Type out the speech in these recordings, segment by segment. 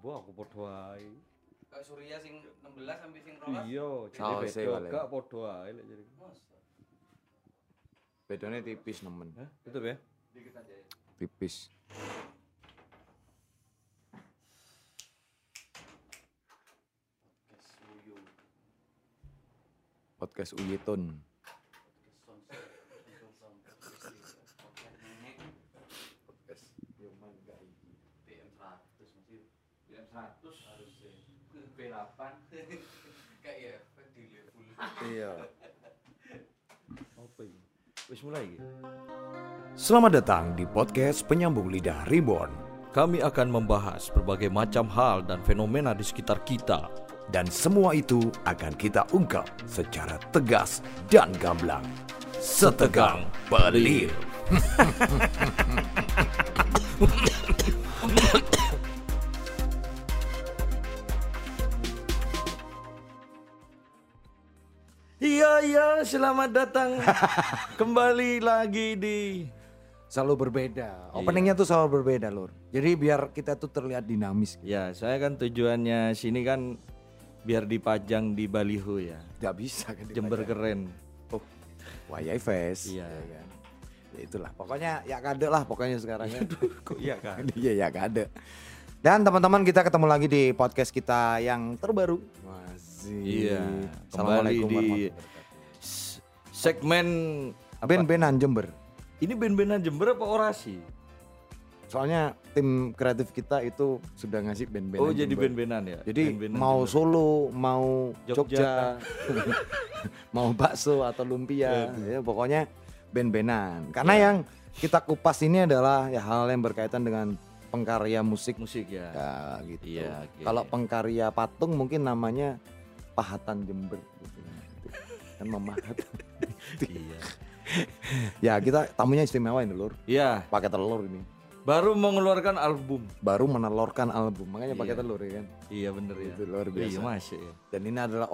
Wah, aku padha wae. Kak Surya sing 16 sampai sing 12. Iya, Oh, jadi beda gak padha wae lek jadi. Bedanya tipis nemen. Hah? Tutup ya? Tipis. Podcast Uyitun. Podcast Yoman Gai. PM100 masih. PM100 Harusnya. P8. Kayak ya, di level. Iya. Apa ini? Wis mulai iki. Selamat datang di podcast Penyambung Lidah Reborn. Kami akan membahas berbagai macam hal dan fenomena di sekitar kita. Dan semua itu akan kita ungkap secara tegas dan gamblang. Setegang pelir. Iya, selamat datang kembali lagi di Selalu berbeda. Openingnya tuh selalu berbeda, Lur. Jadi biar kita tuh terlihat dinamis. Ya, saya kan tujuannya sini kan biar dipajang di baliho ya. Gak bisa kan Jember keren. Oh, Wayai Fest. Iya. Ya kan? Ya itulah. Pokoknya ya kade lah pokoknya sekarang ya. Kok iya kan? Iya ya kade. Dan teman-teman kita ketemu lagi di podcast kita yang terbaru. Masih. Iya, kembali Assalamualaikum di warahmatullahi wabarakatuh. segmen Ben-benan Jember. ini ben-benan Jember apa orasi? Soalnya tim kreatif kita itu sudah ngasih band-bandan Oh, jadi Jember. ben-benan ya. Jadi Ben-benan mau Jember. Solo, mau Jogja. Jogja, mau bakso atau lumpia, ya pokoknya band-bandan. Karena yang kita kupas ini adalah ya hal yang berkaitan dengan pengkarya musik. musik ya. Ya gitu. Iya, oke. Kalau pengkarya patung mungkin namanya Pahatan Jember gitu. Kan memahat. Iya. Ya kita tamunya istimewa ini Lur. Iya, Pakai telur ini. baru mengeluarkan album. Baru menelurkan album, makanya pakai Iya. telur ya kan. Iya bener ya. Itu luar biasa. Iya masih ya. Dan ini adalah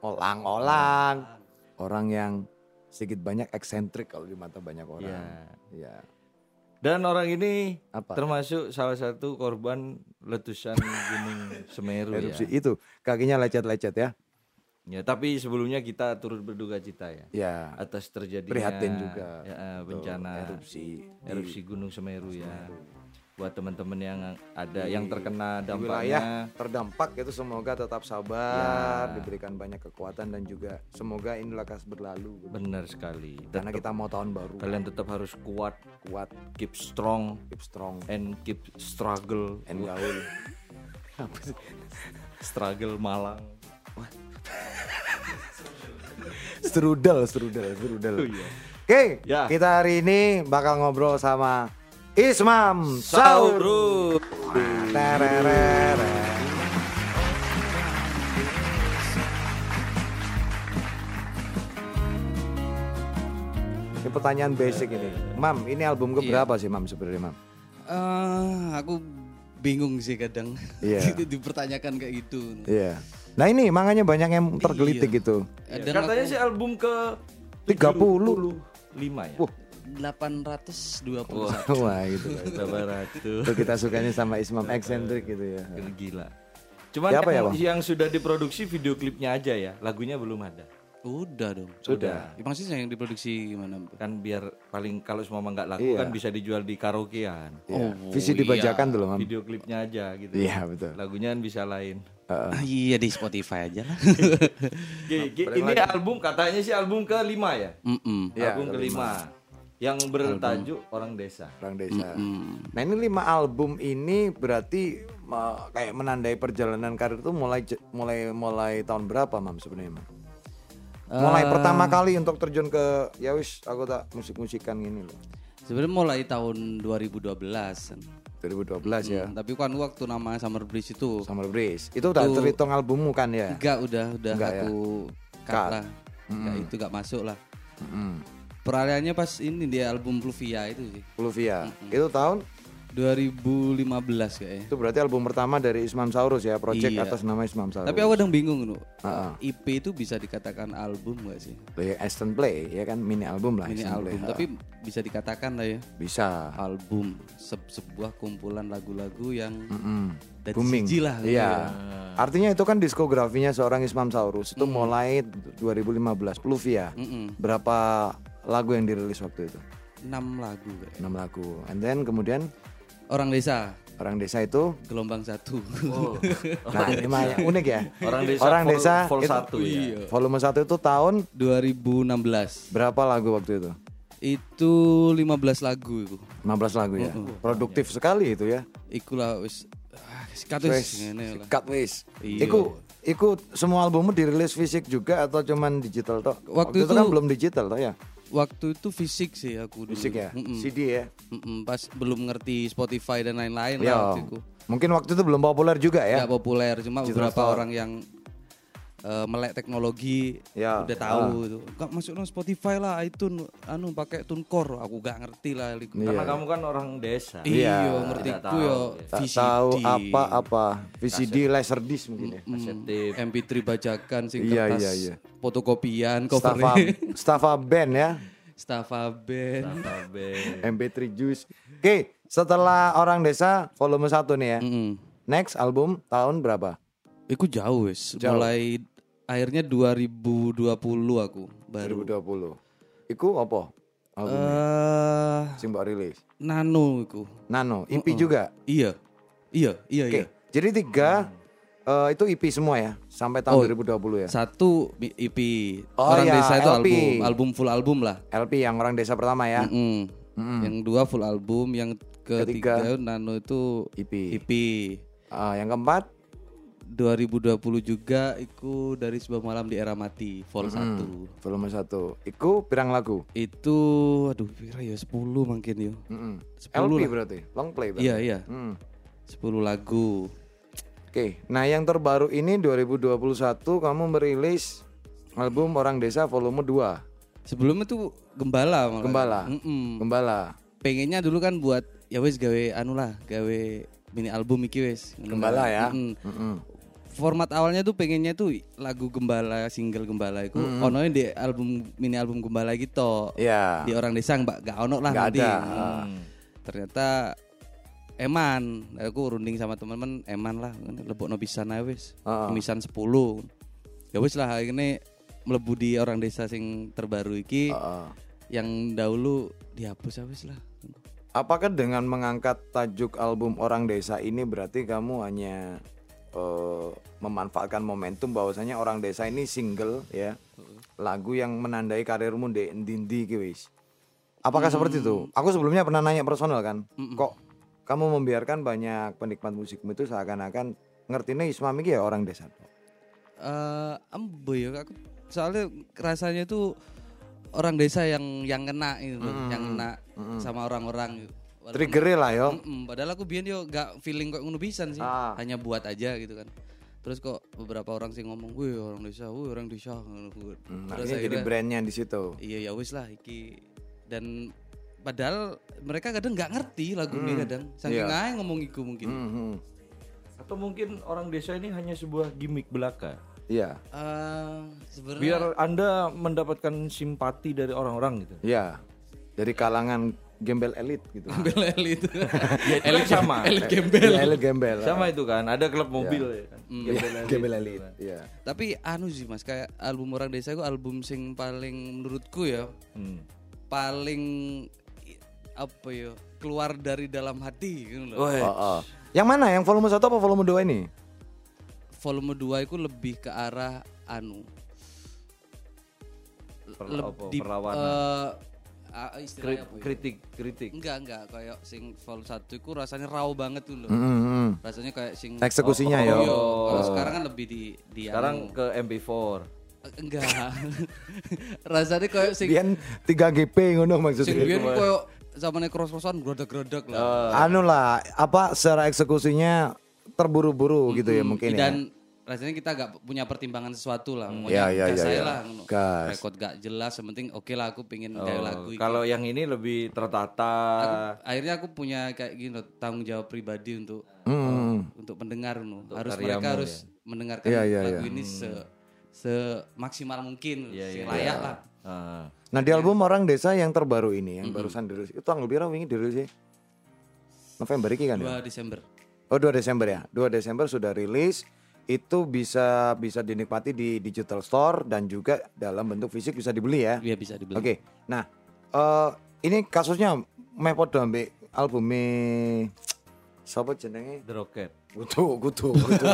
orang yang sedikit banyak eksentrik kalau di mata banyak orang. Iya. Iya. Dan orang ini Apa? termasuk salah satu korban letusan Gunung Semeru Erupsi ya. itu kakinya lecet-lecet ya. Ya, tapi sebelumnya kita turut berduka cita ya Ya. atas terjadinya Prihatin juga. ya, Betul, bencana erupsi Gunung Semeru ya. Buat teman-teman yang ada yang terkena Di wilayah dampaknya, terdampak itu semoga tetap sabar, diberikan banyak kekuatan dan juga semoga ini lekas berlalu. benar sekali. Karena Tetap- kita mau tahun baru. kalian tetap harus kuat, Kuat, keep strong keep strong and keep struggle. and gaul. Apa sih? Struggle Malang. Strudel. Oh iya. Oke, Ya. kita hari ini bakal ngobrol sama Ismam Saurus. Tererere. Ini pertanyaan basic ini. Mam, ini album keberapa sih Mam sebenarnya Mam? Aku bingung sih kadang. Iya. Dipertanyakan kayak gitu. Iya. Nah ini makanya banyak yang tergelitik gitu. Dan Katanya sih album ke 30. 5 ya. Wah. 821. Wah gitu. Itu kita sukanya sama Ismam eksentrik gitu ya. Gila. Cuman Ya, apa ya, yang, Bang? yang sudah diproduksi video klipnya aja ya, lagunya belum ada. Udah dong. Sudah. Maksudnya yang diproduksi gimana? Kan biar paling kalau semua nggak laku Iya. kan bisa dijual di karaokean. Iya. Visi dibajakan tuh loh Mam. Video klipnya aja gitu. Iya betul. Lagunya kan bisa lain. Iya di Spotify aja lah. Ini album katanya sih album ke-5 ya? Iya, Album ke-5 yang bertajuk Orang Desa. Orang desa. Nah ini 5 album ini berarti kayak menandai perjalanan karir tuh mulai tahun berapa Mam sebenarnya Mam? Mulai pertama kali untuk terjun ke ya wis aku tak musik-musikan gini loh. Sebenarnya mulai tahun 2012. 2012 ya. Tapi kan waktu nama Summer Breeze itu Summer Breeze. Itu udah terhitung albummu kan ya? udah Enggak ya? aku cut Cut. lah. Enggak, itu gak masuk lah. Mm-mm. Peralihannya pas ini dia album Pluvia itu sih. Pluvia. Itu tahun 2015 kayaknya. Itu berarti album pertama dari Ismam Saurus ya, project Iya. atas nama Ismam Saurus. Tapi aku kadang bingung loh. Heeh. EP itu bisa dikatakan album gak sih? Ya, Aston Play ya kan, mini album lah. Ini Aston album, Play. tapi bisa dikatakan lah ya. Bisa. Album sebuah kumpulan lagu-lagu yang dari Booming. siji lah. gitu Iya. ya. Artinya itu kan diskografinya seorang Ismam Saurus itu mulai 2015 Pluvia. Berapa lagu yang dirilis waktu itu? 6 lagu kayak. 6 lagu. And then kemudian Orang Desa, Orang Desa itu gelombang 1. nah ini mah yang unik ya. Orang Desa itu- vol 1 ya. Volume 1 itu tahun 2016. berapa lagu waktu itu? Itu 15 lagu itu. 15 lagu ya. Produktif sekali itu ya. Ikulah wis sikat wis Wes, ngene lah. sikat wis. Iya. Iku semua albummu dirilis fisik juga atau cuman digital toh? Waktu itu itu- kan belum digital toh ya? Waktu itu fisik sih aku dulu. Fisik ya? CD ya? Pas belum ngerti Spotify dan lain-lain Ya. lah waktu itu. Mungkin waktu itu belum populer juga ya? Nggak populer, cuma Digital beberapa store. orang yang melek teknologi Ya, udah tahu itu. Gak masuk Spotify lah, iTunes pakai TuneCore. Aku gak ngerti lah. Karena kamu kan orang desa. Iya, ngerti Tidak ku tahu, yo Tak VCD. tahu apa VCD laserdisc mungkin ya. Kaset tape. MP3 bajakan sing Iya, kertas iya, iya. fotokopian Staffa, covernya Staffa Band ya. Staffa Band. Tabe. MP3 Juice. Oke, setelah Orang Desa volume 1 nih ya. Next album tahun berapa? Iku jauh wes. Jauh. Mulai akhirnya 2020 aku baru 2020. Iku apa? Album sing mbok rilis. Nano iku. Nano, EP juga. Iya. Iya. Oke. Jadi 3 itu EP semua ya sampai tahun 2020 ya. Satu EP. Oh Orang iya, Desa itu LP. album full album lah. LP yang Orang Desa pertama ya. Yang 2 full album, yang ketiga Nano itu EP. EP. Yang keempat 2020 juga iku Dari Sebuah Malam di Era Mati vol 1. volume 1. Iku pirang lagu? Itu aduh pira ya 10 mungkin yo. 10 LP lah. berarti, long play berarti. Iya. 10 lagu. Oke, nah yang terbaru ini 2021 kamu merilis album Orang Desa volume 2. Sebelumnya tuh Gembala malah. Gembala. Gembala. Pengennya dulu kan buat ya wis gawe gawe mini album iki wis. Gembala ya. Format awalnya tuh pengennya tuh lagu Gembala, single Gembala itu ononya di mini album Gembala gitu. Iya. Di Orang Desa gak ono lah Nggak nanti. ada. Ternyata eman, aku runding sama teman-teman eman lah, lebokno pisan ae wis. Misan 10. Ya wis lah akhirnya mlebu di Orang Desa sing terbaru iki. Yang dahulu dihapus wis lah. Apakah dengan mengangkat tajuk album Orang Desa ini berarti kamu hanya memanfaatkan momentum bahwasanya Orang Desa ini single ya, lagu yang menandai karirmu di endi ki wis. Apakah seperti itu? Aku sebelumnya pernah nanya personal kan, kok kamu membiarkan banyak penikmat musikmu itu seakan-akan ngertine Ismam iki ya Orang Desa. Ambo ya aku soalnya rasanya tuh Orang Desa yang kena itu loh, yang kena sama orang-orang gitu. Trigger lah yo. Padahal aku biyen yo gak feeling kok ngono pisan sih. Hanya buat aja gitu kan. Terus kok beberapa orang sih ngomong, "Wih, Orang Desa, wih Orang Desa." Terus jadi brandnya di situ. Iya ya wis lah iki. Dan padahal mereka kadang nggak ngerti lagu ini kadang. Saking aja ngomong iku mungkin. Atau mungkin Orang Desa ini hanya sebuah gimmick belaka. Iya. Sebenarnya Biar Anda mendapatkan simpati dari orang-orang gitu. Iya. Dari kalangan gembel elit gitu. gembel elit. Elit sama. Elit gembel. Iya, elit gembel. Sama itu kan, ada klub mobil ya kan. Gembel elit. Iya. Tapi anu sih Mas, kayak album Orang Desa itu album sing paling menurutku ya. Paling apa ya? Keluar dari dalam hati gitu loh. Yang mana? Yang volume 1 apa volume 2 ini? Volume 2 itu lebih ke arah anu. Perlawanan. Istilahnya apa ya? Kritik. Enggak kayak sing vol 1 itu rasanya raw banget tuh loh. Rasanya kayak sing Eksekusinya ya. Kalau sekarang kan lebih di Sekarang ke MP4. enggak. Rasanya kayak sing Biyen 3GP ngono sing maksudnya. biyen kayak zamane cross-crossan grodek-grodek lah. Anu lah, apa secara eksekusinya terburu-buru gitu ya mungkin ya. Dan rasanya kita gak punya pertimbangan sesuatu lah. Ya, Pokoknya gas saya ya. lah. Gas. Rekod gak jelas, yang penting oke lah aku pengen kayak lagu. Kalau yang ini lebih tertata. Akhirnya aku punya kayak gini loh, tanggung jawab pribadi untuk pendengar harus karyamu, mereka harus mendengarkan lagu ini semaksimal mungkin, layak lah. Nah di album Orang Desa yang terbaru ini, yang barusan dirilis, itu tanggal berapa wingi dirilis sih? November ini kan 2 ya? Desember. Oh 2 Desember ya, 2 Desember sudah rilis. Itu bisa dinikmati di digital store dan juga dalam bentuk fisik bisa dibeli ya? Iya bisa dibeli. Oke, nah ini kasusnya meh podo ambek albumnya siapa jenenge? The Rocket. Kutu.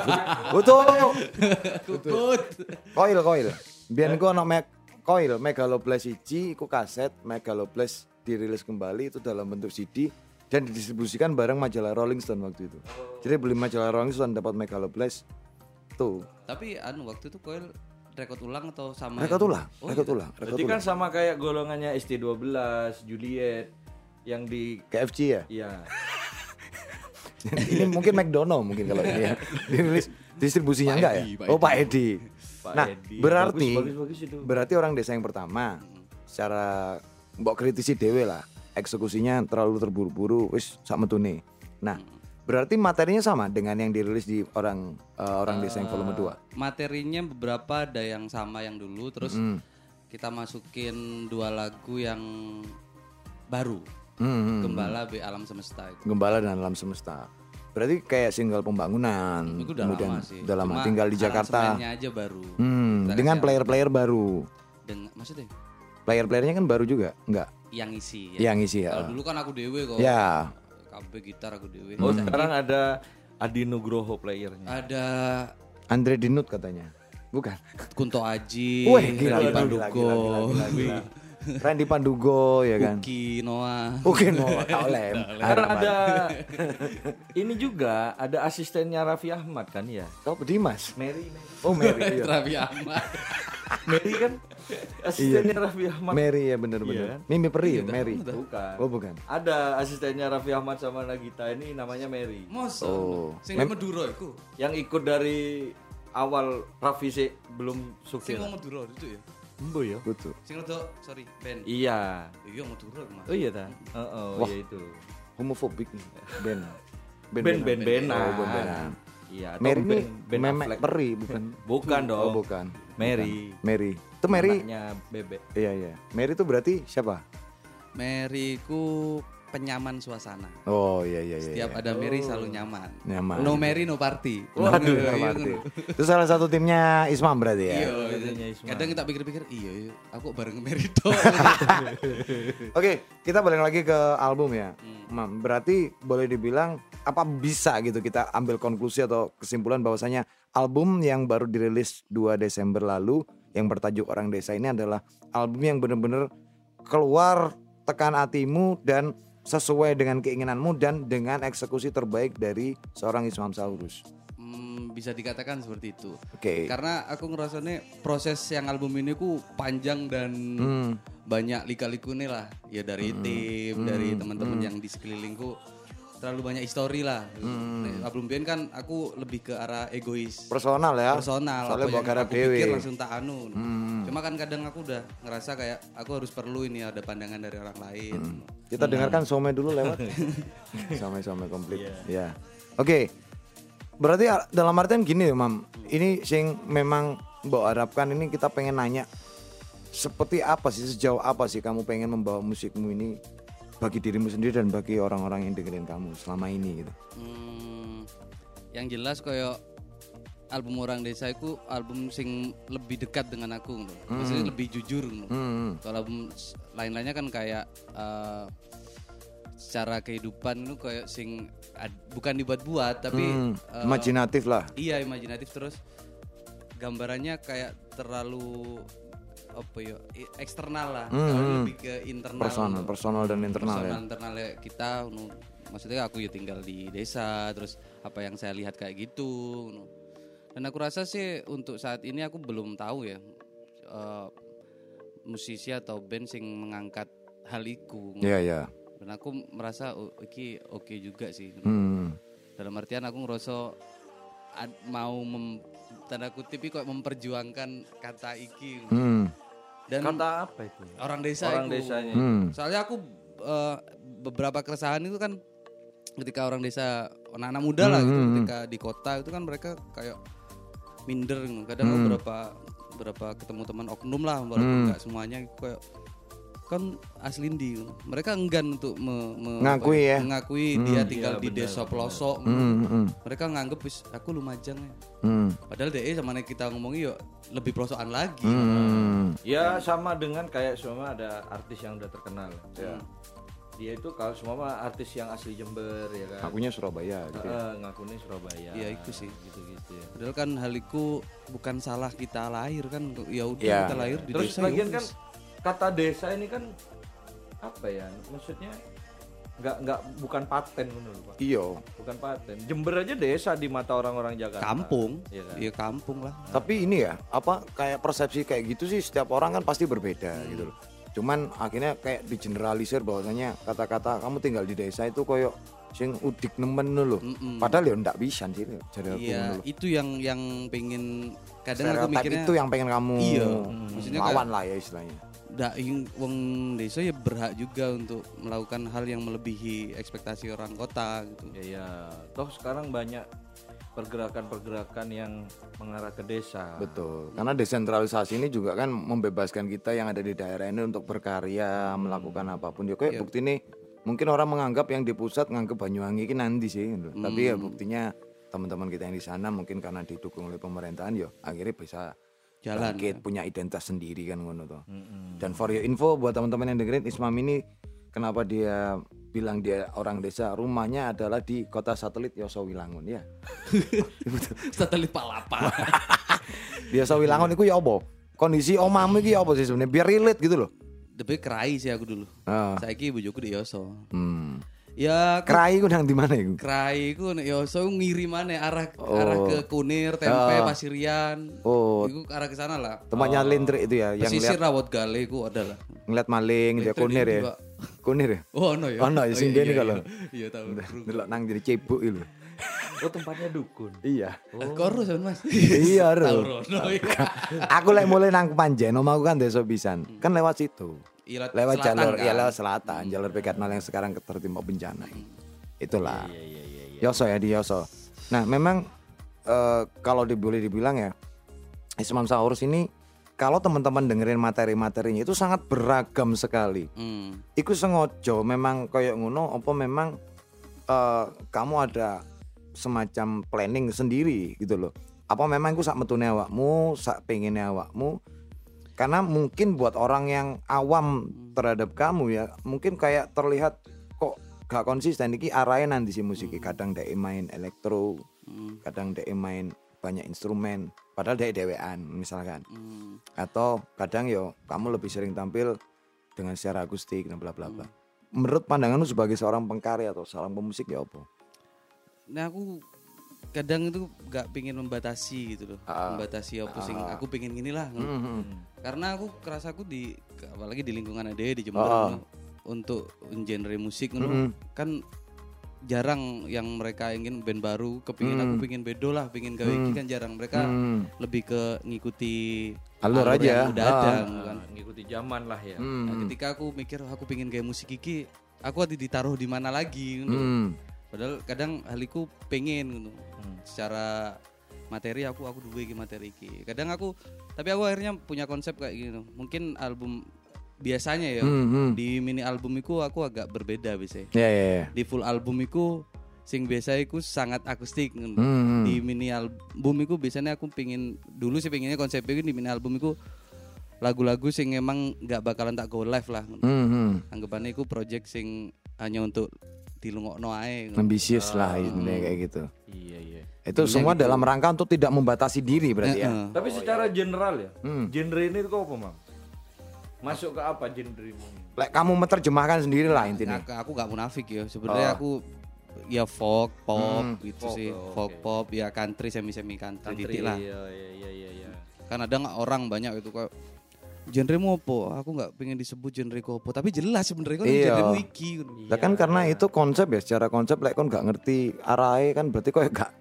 Kukut. Koil. Biyen ku ono Koil Megaloblast 1 iku kaset, Megaloblast dirilis kembali itu dalam bentuk CD dan didistribusikan bareng majalah Rolling Stone waktu itu. Jadi beli majalah Rolling Stone dapat Megaloblast tuh. Tapi waktu itu Koil rekod ulang atau sama? Rekod ulang. Jadi kan sama kayak golongannya ST12, Juliet yang di KFC ya? Iya. Ini mungkin McDonald mungkin kalau ini ya. Dirilis distribusinya enggak ya? Pak Edi. Nah, Edi. berarti Bagus itu. berarti Orang Desa yang pertama secara mbok kritisi dhewe lah. Eksekusinya terlalu terburu-buru wis sak metune. Nah, berarti materinya sama dengan yang dirilis di Orang Desa yang volume 2. Materinya beberapa ada yang sama yang dulu, terus kita masukin 2 lagu yang baru. Gembala B Alam Semesta itu. Gembala dan Alam Semesta. Berarti kayak single pembangunan. Itu udah lama sih. Udah lama Cuma tinggal di Jakarta. aransemennya aja baru. Dengan player-player baru. Maksudnya Player-playernya kan baru juga? Enggak. yang isi ya. Yang isi ya. Kalau dulu kan aku dewe kok. Ya. KB gitar aku dewe. Oh, sekarang ada Adi Nugroho playernya. Ada Andre Dinut katanya. Bukan. Kunto Aji, Wih, Randy Pandugo, Randy Pandugo ya kan. Uki Noah. Oke, tak oleh. Karena ada ini juga ada asistennya Raffi Ahmad kan ya. Kau Dimas. Mary. Oh, Mary. Iya. Raffi Ahmad. Mary kan asistennya Raffi Ahmad. Mary ya benar-benar. Mimi Peri ya, Mary. Bukan. Oh, bukan. Ada asistennya Raffi Ahmad sama Nagita ini namanya Mary. Masa? Oh. Sing Madura iku. Yang ikut dari awal Raffi sih belum Sing sukses. Madura itu ya. Embo ya. Betul. Sing rada sorry, Ben. Iya. Iya Madura Mas. Oh iya ta. Oh, Wah. iya itu. Homofobik nih. Ben. Ben-benan. Oh, ben-benan. Iya, atau Mary ini Ben Memek Affleck. Peri bukan? Bukan dong. Oh, bukan. Mary. Mary. Itu Mary. Anaknya Bebek. Iya. Mary itu berarti siapa? Mary ku penyaman suasana. Oh, iya. Setiap ada Mary selalu nyaman. Nyaman. No Mary no party. Waduh, Iya, ngerti. Itu salah satu timnya Ismam berarti ya. Iya, Katanya Isma. kadang kita pikir-pikir iya, aku bareng Mary toh. Oke, kita balik lagi ke album ya. Mam, berarti boleh dibilang apa bisa gitu kita ambil konklusi atau kesimpulan bahwasanya album yang baru dirilis 2 Desember lalu yang bertajuk Orang Desa ini adalah album yang benar-benar keluar tekan hatimu dan sesuai dengan keinginanmu dan dengan eksekusi terbaik dari seorang Ismam Saurus. Bisa dikatakan seperti itu. Oke. Karena aku ngerasanya proses yang album ini ku panjang dan banyak lika-likune lah. Ya dari tim, dari teman-teman yang di sekelilingku. Terlalu banyak histori lah. Nah, album Ben kan aku lebih ke arah egois. Personal ya. Personal. Soalnya Apa bawa yang garap aku dewe. pikir langsung tak anu. Cuma kan kadang aku udah ngerasa kayak aku harus perlu ini ada pandangan dari orang lain. Kita dengarkan Some dulu lewat. Some komplit. Ya. Oke. Berarti dalam artian gini ya, Mam. Ini sing memang mbok harapkan ini kita pengen nanya seperti apa sih, sejauh apa sih kamu pengen membawa musikmu ini bagi dirimu sendiri dan bagi orang-orang yang dengerin kamu selama ini gitu. Yang jelas kayak album Orang Desa itu album sing lebih dekat dengan aku loh. Maksudnya lebih jujur loh. Kalau album lain-lainnya kan kayak secara kehidupan itu kayak sing bukan dibuat-buat tapi imajinatif lah. Iya, imajinatif, terus gambarannya kayak terlalu apa ya, eksternal lah. Lebih ke internal. Personal dan internal ya. Internalnya kita maksudnya aku ya tinggal di desa, terus apa yang saya lihat kayak gitu. Dan aku rasa sih untuk saat ini aku belum tahu ya musisi atau band sing mengangkat hal itu. Iya. Dan aku merasa iki oke juga sih. Hmm. Dalam artian aku ngerasa mau tanda kutip kok memperjuangkan kata iki. Dan Kata apa itu? orang desa Orang iku. desanya. Soalnya aku beberapa keresahan itu kan ketika orang desa anak-anak muda lah gitu ketika di kota itu kan mereka kayak minder. Kadang aku berapa ketemu teman oknum lah walaupun enggak semuanya kayak kan asli ndi mereka enggan untuk mengakui dia tinggal di desa pelosok. Mereka nganggep wis aku Lumajang ya. Padahal sama kita ngomongin yuk lebih pelosokan lagi. Ya sama dengan kayak semua ada artis yang udah terkenal. Ya. Dia itu kalau semua artis yang asli Jember ya kan. Ngakunya Surabaya gitu. Ngakunya Surabaya. Iya itu sih. Gitu-gitu ya. Padahal kan hal itu bukan salah kita lahir kan. Ya udah kita lahir di Terus desa. Terus bagian kan kata desa ini kan apa ya? Maksudnya bukan paten menurut Pak. Iya. Bukan paten. Jember aja desa di mata orang-orang Jakarta. Kampung. Iya kan? Iya kampung lah. Tapi ini ya, kayak persepsi kayak gitu sih setiap orang kan pasti berbeda gitu loh. Cuman akhirnya kayak digeneralisir bahwasanya kata-kata kamu tinggal di desa itu koyo sing udik nemen lho. Padahal ya ndak bisa sih jadi aku. Iya, itu yang pengen kadang aku stereotip mikirnya itu yang pengen kamu maksudnya lawan lah ya istilahnya. Wong desa ya berhak juga untuk melakukan hal yang melebihi ekspektasi orang kota gitu. Iya. Toh sekarang banyak pergerakan-pergerakan yang mengarah ke desa. Betul. Karena desentralisasi ini juga kan membebaskan kita yang ada di daerah ini untuk berkarya, melakukan apapun. Ya kayak bukti nih, mungkin orang menganggap yang di pusat nganggap Banyuwangi ini nanti sih. Tapi ya buktinya teman-teman kita yang di sana mungkin karena didukung oleh pemerintahan ya akhirnya bisa jalan bangkit, punya identitas sendiri kan ngono tuh. Dan for your info buat teman-teman yang dengerin, Ismam ini kenapa dia bilang dia orang desa, rumahnya adalah di kota satelit Yosowilangun ya. Satelit Palapa. Di Yosowilangun itu ya apa? Kondisi omahmu iki apa sih sebenarnya biar relate gitu loh. Tapi kerai sih aku dulu. Saiki bojoku di Yoso. Ya kerai ku nang di mana iku? Kerai ku nek Yoso ngirimane arah ke Kunir, Tempe, Pasirian. Iku arah ke sana lah. Tempatnya lintrik itu ya, yang pesisir Rawat Gale ku adalah. Ngeliat maling di Kunir ya. Kunir ya? Oh ono ya. Ono ya sing kene kalau. Iya tahu. Delok nang jadi cebuk itu. Oh tempatnya dukun. Iya. Koro sama Mas. Iya, Ro. Aku lek mulai nang Panjen, omahku kan desa pisan. Kan lewat situ. Lewat jalur, kan? Lewat selatan, jalur PK0 yang sekarang tertimpa bencana. Itulah. Yoso ya di Yoso. Nah, memang kalau boleh dibilang ya, Ismam Saurus ini kalau teman-teman dengerin materi-materinya itu sangat beragam sekali. Iku sengaja memang kayak ngono apa memang kamu ada semacam planning sendiri gitu loh. Apa memang iku sak metune awakmu, sak pengene awakmu? Karena mungkin buat orang yang awam terhadap kamu ya, mungkin kayak terlihat kok gak konsisten iki arahnya nanti si musik. Kadang dia main elektro, kadang dia main banyak instrumen, padahal dia dewean misalkan. Atau kadang yo kamu lebih sering tampil dengan secara akustik dan bla bla bla. Menurut pandanganmu sebagai seorang pengkarya atau seorang pemusik ya apa? Nah aku kadang itu gak pingin membatasi gitu loh, membatasi apa sing aku pingin gini lah. Karena aku kerasa aku apalagi di lingkungan ade di Jember untuk genre musik kan jarang yang mereka ingin band baru kepingin aku pingin bedo lah, pingin gawe iki kan jarang. Mereka lebih ke ngikuti alur aja yang udah ada kan, ngikuti zaman lah ya. Nah, ketika aku mikir aku pingin gawe musik iki, aku ada ditaruh di mana lagi gitu. Padahal kadang haliku pengen gitu. Secara materi aku duwe iki materi iki. Tapi aku akhirnya punya konsep kayak gitu. Mungkin album biasanya ya di mini album iku aku agak berbeda biasanya. Di full album iku sing biasa iku sangat akustik. Di mini album iku biasanya aku dulu sih pengennya konsepnya di mini album iku lagu-lagu sing emang enggak bakalan tak go live lah. Anggapannya iku project sing hanya untuk dilungokno ae. Ambisius lah ini kayak gitu. Iya. Itu semua gitu. Dalam rangka untuk tidak membatasi diri berarti ya. Tapi secara general ya, genre ini kok apa, Mang? Masuk ke apa genre-mu? Lek kamu menerjemahkan sendiri lah intinya. Aku gak munafik ya. Sebenarnya aku ya folk, pop gitu sih. Folk, pop, ya country, semi-semi country titik lah. Iya. Kan ada nggak orang banyak itu kayak genremu apa? Aku nggak pengen disebut genre apa, tapi jelas sebenarnya kan genremu iki. Lah kan karena itu konsep ya, secara konsep lek kon nggak ngerti arahnya kan berarti kok gak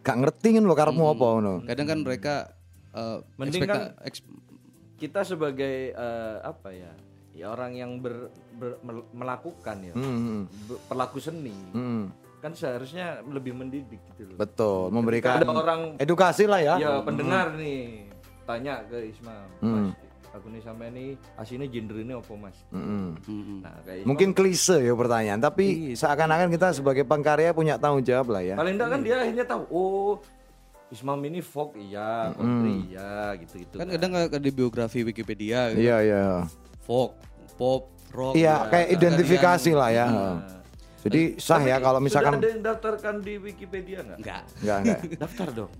gak ngerti kan lo karepmu apa ngono. Kadang kan mereka Mending kan kita sebagai apa ya? Ya orang yang melakukan ya. Pelaku seni. Kan seharusnya lebih mendidik gitu loh. Betul, memberikan ada orang edukasi lah ya. Ya pendengar nih tanya ke Ismam, Mas, aku nih sampai nih aslinya genre ini apa Mas? Nah, kayak Mungkin klise ya pertanyaan, tapi seakan-akan kita sebagai pengkarya punya tanggung jawab lah ya. paling enggak kan dia akhirnya tahu, oh Ismam ini folk iya, country iya, gitu-gitu. kan kadang kayak di biografi Wikipedia gitu. Iya. Folk, pop, rock. Iya, kayak identifikasi lah ya. Jadi sah ya kalau misalkan sudah ada yang daftarkan di Wikipedia enggak? enggak. Daftar dong.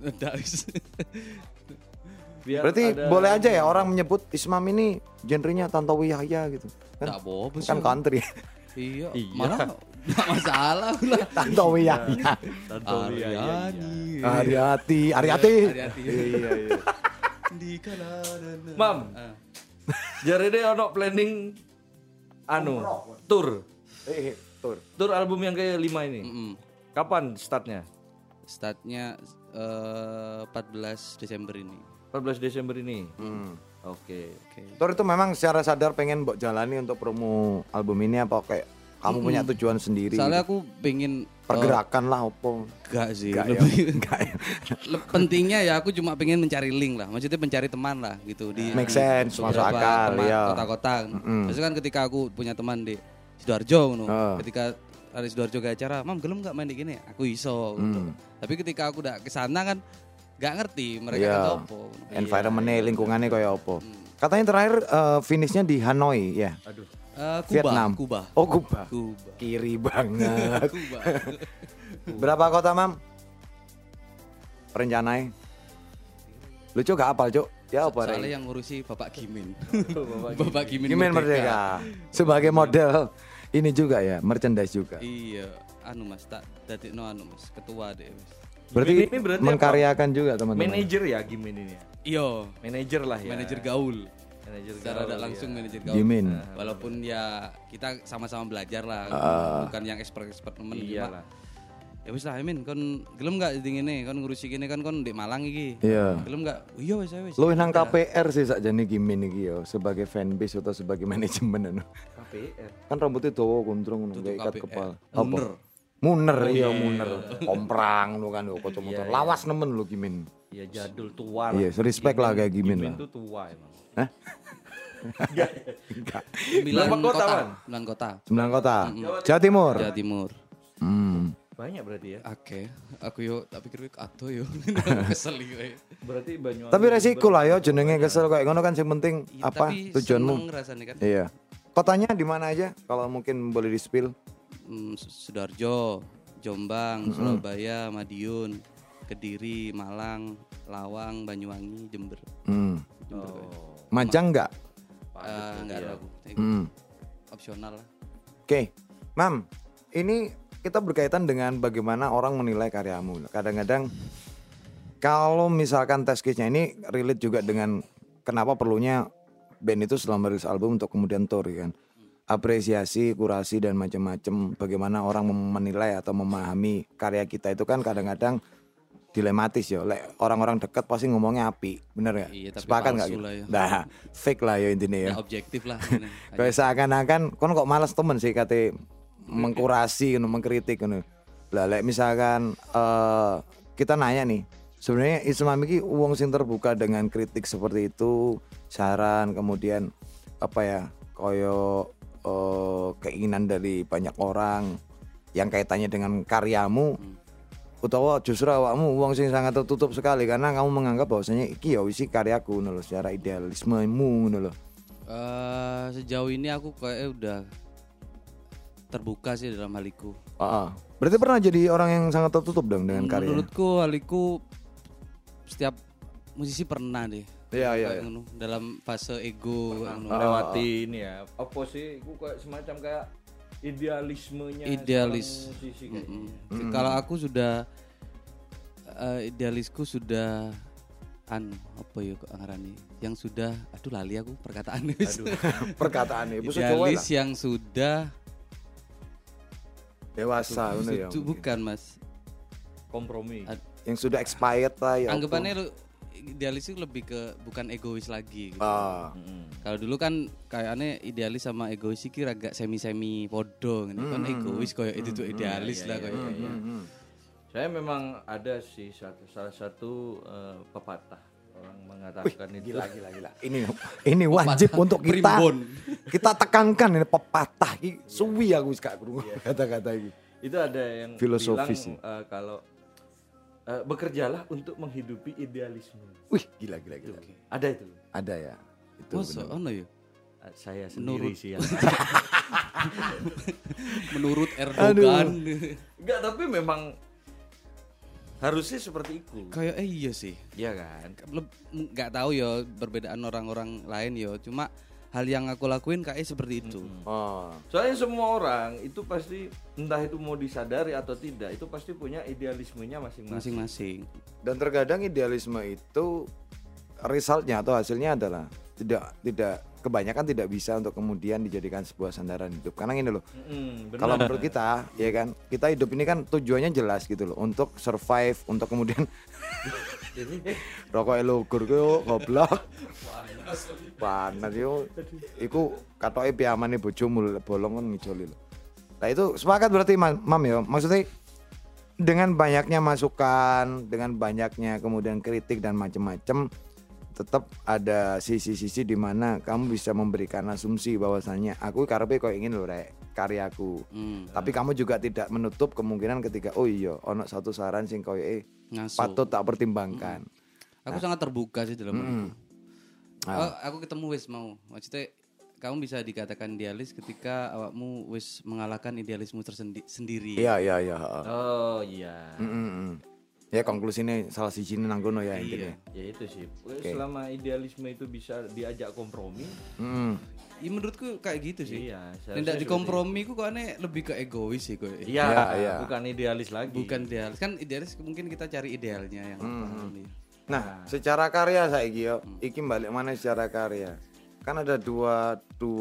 Biar Berarti ada- boleh aja ya orang menyebut Ismam ini genrenya Tantowi Yahya gitu. Enggak apa-apa sih. Kan country. Iya, malah enggak masalah lah. Tantowi Yahya. Aryani. Ariati. Aryati. Iya. Di kalangan. Mam. Jare deh ono planning tour. Tour album yang ke-5 ini. Kapan startnya? Startnya 14 Desember ini. 14 Desember ini. Oke. Tur itu memang secara sadar pengen mbok jalani untuk promo album ini apa kayak kamu punya tujuan sendiri? Soalnya aku pengen pergerakan lah opo. enggak sih. Enggak ya. Lebih Enggak ya. pentingnya ya aku cuma pengen mencari link lah. Maksudnya mencari teman lah gitu di Make sense, masuk beberapa akal, tempat, ya. kota-kota. Maksudnya kan ketika aku punya teman di Sidoarjo ngono. Ketika ada Sidoarjo ke acara, "Mam, gelem enggak main di gini?" Aku iso gitu. Tapi ketika aku udah ke sana kan enggak ngerti mereka kan opo. Environment-nya, lingkungannya kayak opo. Katanya terakhir finishnya di Hanoi ya. Aduh. Vietnam. Kuba. Oh, Kuba. Kuba. Kiri banget. Kuba. Berapa kota, Mam? Rencananya? Lucu gak apal, Cuk? Ya apa Soalnya Rey? yang ngurusi Bapak Gimin. Bapak Gimin Gimen Merdeka. Sebagai model ini juga ya, merchandise juga. Iya, Mas tak dadekno Mas, ketua deh Mas. Berarti Ini berarti mengkaryakan juga teman-teman. Manager ya Gimin ini ya. Iya, Manager lah ya. manajer gaul. Manajer Secara gaul, tidak ya. langsung manajer gaul. Gimin. Walaupun ya kita sama-sama belajar lah, bukan yang expert temen. Iyalah. Ya wis lah, Min, kon gelem enggak jadi ngene, kon ngurusi gini kan kon di Malang iki. Iya. Gelem enggak? Oh, iya wis wis. Lu nang KPR sih sakjane Gimin iki yo, sebagai fanbase atau sebagai manajemen anu. KPR. Kan rambutnya dawa gondrong ngono kayak ikat KPR. kepala. Muner. Muner iya muner. Komprang lu kan kocok-kocok. Lawas nemen lu Gimin. Ya jadul tua lah. Iya, respect lah kayak Gimin lah. Gimin tuh tua emang. Hah? Enggak. 9 kota, kota. Wan? 9 kota. 9 kota. Jawa Timur. Jawa Timur. Banyak berarti ya. Oke, aku yo tak pikir atuh yo. Kesel iki kowe. Berarti Banyuwangi. Tapi resiko lah ya jenenge kesel kayak ngono kan yang penting apa Tapi tujuanmu. seneng rasanya kan. Iya. Kotanya di mana aja kalau mungkin boleh di-spill? Sidoarjo, Jombang, Surabaya, Madiun, Kediri, Malang, Lawang, Banyuwangi, Jember. Jember kowe. Majang enggak? Enggak ada aku. Opsional lah. Oke. Mam, ini kita berkaitan dengan bagaimana orang menilai karyamu. Kadang-kadang kalau misalkan test case-nya ini relate juga dengan kenapa perlunya band itu setelah merilis album untuk kemudian tour kan. Apresiasi, kurasi dan macam-macam bagaimana orang menilai atau memahami karya kita itu kan kadang-kadang dilematis ya. Orang-orang dekat pasti ngomongnya api, bener ya? Iya, tapi Sepakat nggak palsu gitu? lah ya. Nah, fake lah ya intinya ya. Ya objektif lah. Kayak seakan-akan kon kok malas temen sih kate mengkurasi mengkritik ngono. Lah lek misalkan kita nanya nih, sebenarnya Ismam iki wong sing terbuka dengan kritik seperti itu, saran kemudian apa ya, koyo keinginan dari banyak orang yang kaitannya dengan karyamu utawa justru awakmu wong sing sangat tertutup sekali karena kamu menganggap bahwasanya iki ya wis karyaku ngono lho, secara idealismemu ngono lho. Sejauh ini aku kayak udah terbuka sih dalam haliku. Berarti pernah jadi orang yang sangat tertutup dong dengan karya. Menurutku haliku setiap musisi pernah deh. Iya. Kayak ngono, dalam fase ego melewati ini ya. Apa sih? Aku kayak semacam kayak idealismenya. Idealis. seorang musisi kayaknya. Kalau aku sudah idealisku sudah apa ya kok ngarani yang sudah lali aku perkataannya. Perkataan ibu Jawa Idealis yang sudah dewasa ngono ya. bukan Mas. Kompromi. yang sudah expired lah ya. Anggapannya idealis itu lebih ke bukan egois lagi gitu. Kalau dulu kan kayaknya idealis sama egois iki agak semi-semi podo gitu. Kan egois koyo itu tuh idealis lah koyo. Saya memang ada sih salah satu pepatah orang mengatakan itu. Gila. Ini wajib untuk kita tekankan ini pepatah iki suwi aku wis gak krungu kata-kata iki. Itu ada yang filosofis bilang kalau bekerjalah untuk menghidupi idealisme. Wih, gila. Ada itu. Ada ya. Itu masa ono ya? Saya sendiri sih yang menurut Erdogan. Enggak, tapi memang harusnya seperti itu. Kayak iya sih. Iya kan? Enggak tahu ya perbedaan orang-orang lain ya. Cuma hal yang aku lakuin kayak seperti itu. Soalnya semua orang itu pasti entah itu mau disadari atau tidak, itu pasti punya idealismenya masing-masing. Dan terkadang idealisme itu resultnya atau hasilnya adalah tidak kebanyakan tidak bisa untuk kemudian dijadikan sebuah sandaran hidup. Karena ini loh, kalau menurut kita, ya kan, kita hidup ini kan tujuannya jelas gitu loh, untuk survive, untuk kemudian rokok elogur kok goblok. Panas yo. Iku katoke piamane bojomu bolong kan ngijoli lho. Nah itu sepakat berarti Mam ya. Maksudnya dengan banyaknya masukan, dengan banyaknya kemudian kritik dan macam-macam, tetap ada sisi-sisi di mana kamu bisa memberikan asumsi bahwasannya aku karepe kok ingin lho rek karyaku. Tapi kamu juga tidak menutup kemungkinan ketika oh iya ono satu saran sing koyoke patut tak pertimbangkan. Aku sangat terbuka sih dalam itu. Aku ketemu wis mau. Maksudnya kamu bisa dikatakan idealis ketika awakmu wis mengalahkan idealismu sendiri. Iya. Oh iya. Ya konklusinya salah siji nang kono ya intinya. Ya itu sih. Selama idealisme itu bisa diajak kompromi. Ya menurutku kayak gitu sih. Iya. Tidak dikompromi ku kok aneh lebih ke egois sih kok. Iya. Bukan idealis lagi. Bukan idealis. Kan idealis mungkin kita cari idealnya yang Nah, secara karya saiki yo, iki balik mana secara karya. Kan ada dua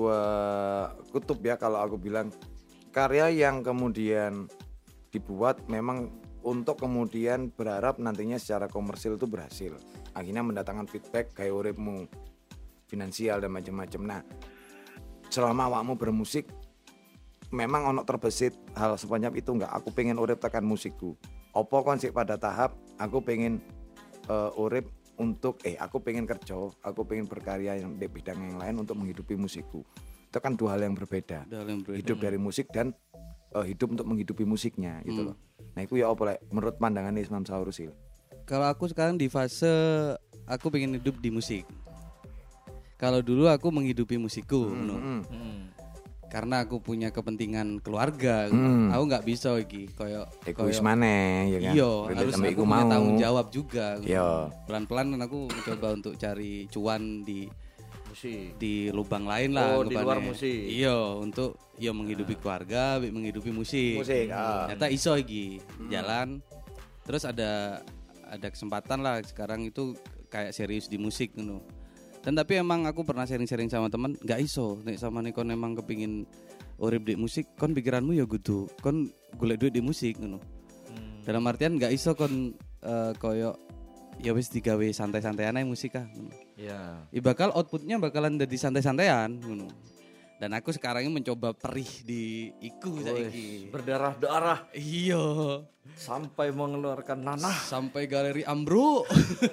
kutub ya kalau aku bilang. Karya yang kemudian dibuat memang untuk kemudian berharap nantinya secara komersil itu berhasil. Akhirnya mendatangkan feedback kayak uripmu, finansial dan macam-macam. Nah, selama awakmu bermusik memang ono terbesit hal sebanyak itu enggak? Aku pengen urip tekan musikku. Opo kon sik pada tahap aku pengen urip untuk aku pengen kerja, aku pengen berkarya yang di bidang yang lain untuk menghidupi musikku. Itu kan dua hal yang berbeda. Hidup dari musik dan hidup untuk menghidupi musiknya gitu loh. Nah, itu ya apa menurut pandangan Imam Saurus itu? Kalau aku sekarang di fase aku pengen hidup di musik. Kalau dulu aku menghidupi musikku, karena aku punya kepentingan keluarga, aku nggak bisa lagi egois maneh ya kan. Iya, harus aku punya tanggung jawab juga. Pelan-pelan aku mencoba untuk cari cuan di musik, di lubang lain lah. Di luar musik. Iya, untuk menghidupi keluarga, menghidupi musik. Ternyata iso lagi jalan. Terus ada kesempatan lah sekarang itu kayak serius di musik gitu. Dan tapi emang aku pernah sharing-sharing sama teman, nggak iso nek sama nek kon emang kepingin urip di musik, kon pikiranmu ya kudu kon golek duit di musik ngono. Dalam artian nggak iso kon koyo ya wis digawe santai-santaian ae musik ah ngono. Iya. Bakal outputnya bakalan jadi santai-santaian ngono. Dan aku sekarang ini mencoba perih di iku saiki. Berdarah-darah. Iya. Sampai mengeluarkan nanah. Sampai galeri ambruk.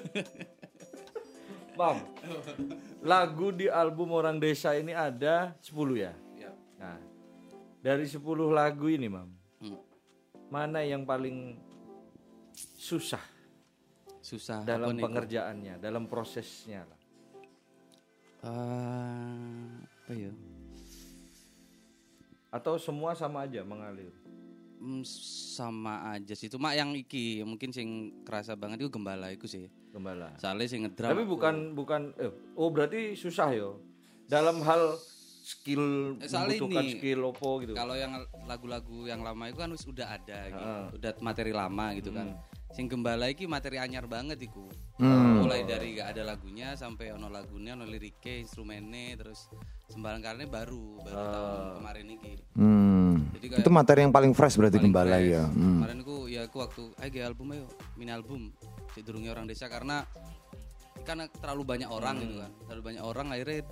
Bang, lagu di album Orang Desa ini ada 10 ya? Nah, dari 10 lagu ini, Mam, mana yang paling susah dalam pengerjaannya, dalam prosesnya? Apa ya? Atau semua sama aja mengalir? Sama aja sih. Cuma yang iki mungkin sing kerasa banget itu Gembala iku sih. Gembala. Soalnya sing ngedrum. Tapi bukan berarti susah yo. Dalam hal skill membutuhkan skill opo gitu. Kalau yang lagu-lagu yang lama itu kan udah ada gitu. Udah materi lama gitu kan. Sing Gembala iki materi anyar banget iku. Mulai dari gak ada lagunya sampai ono lagunya, ono liriknya, instrumennya, terus sembarang karena baru tahun kemarin iki. Itu materi yang paling fresh berarti Gembala ya. Kemarin aku waktu album ayo mini album durunge orang desa karena terlalu banyak orang gitu kan. Terlalu banyak orang akhirnya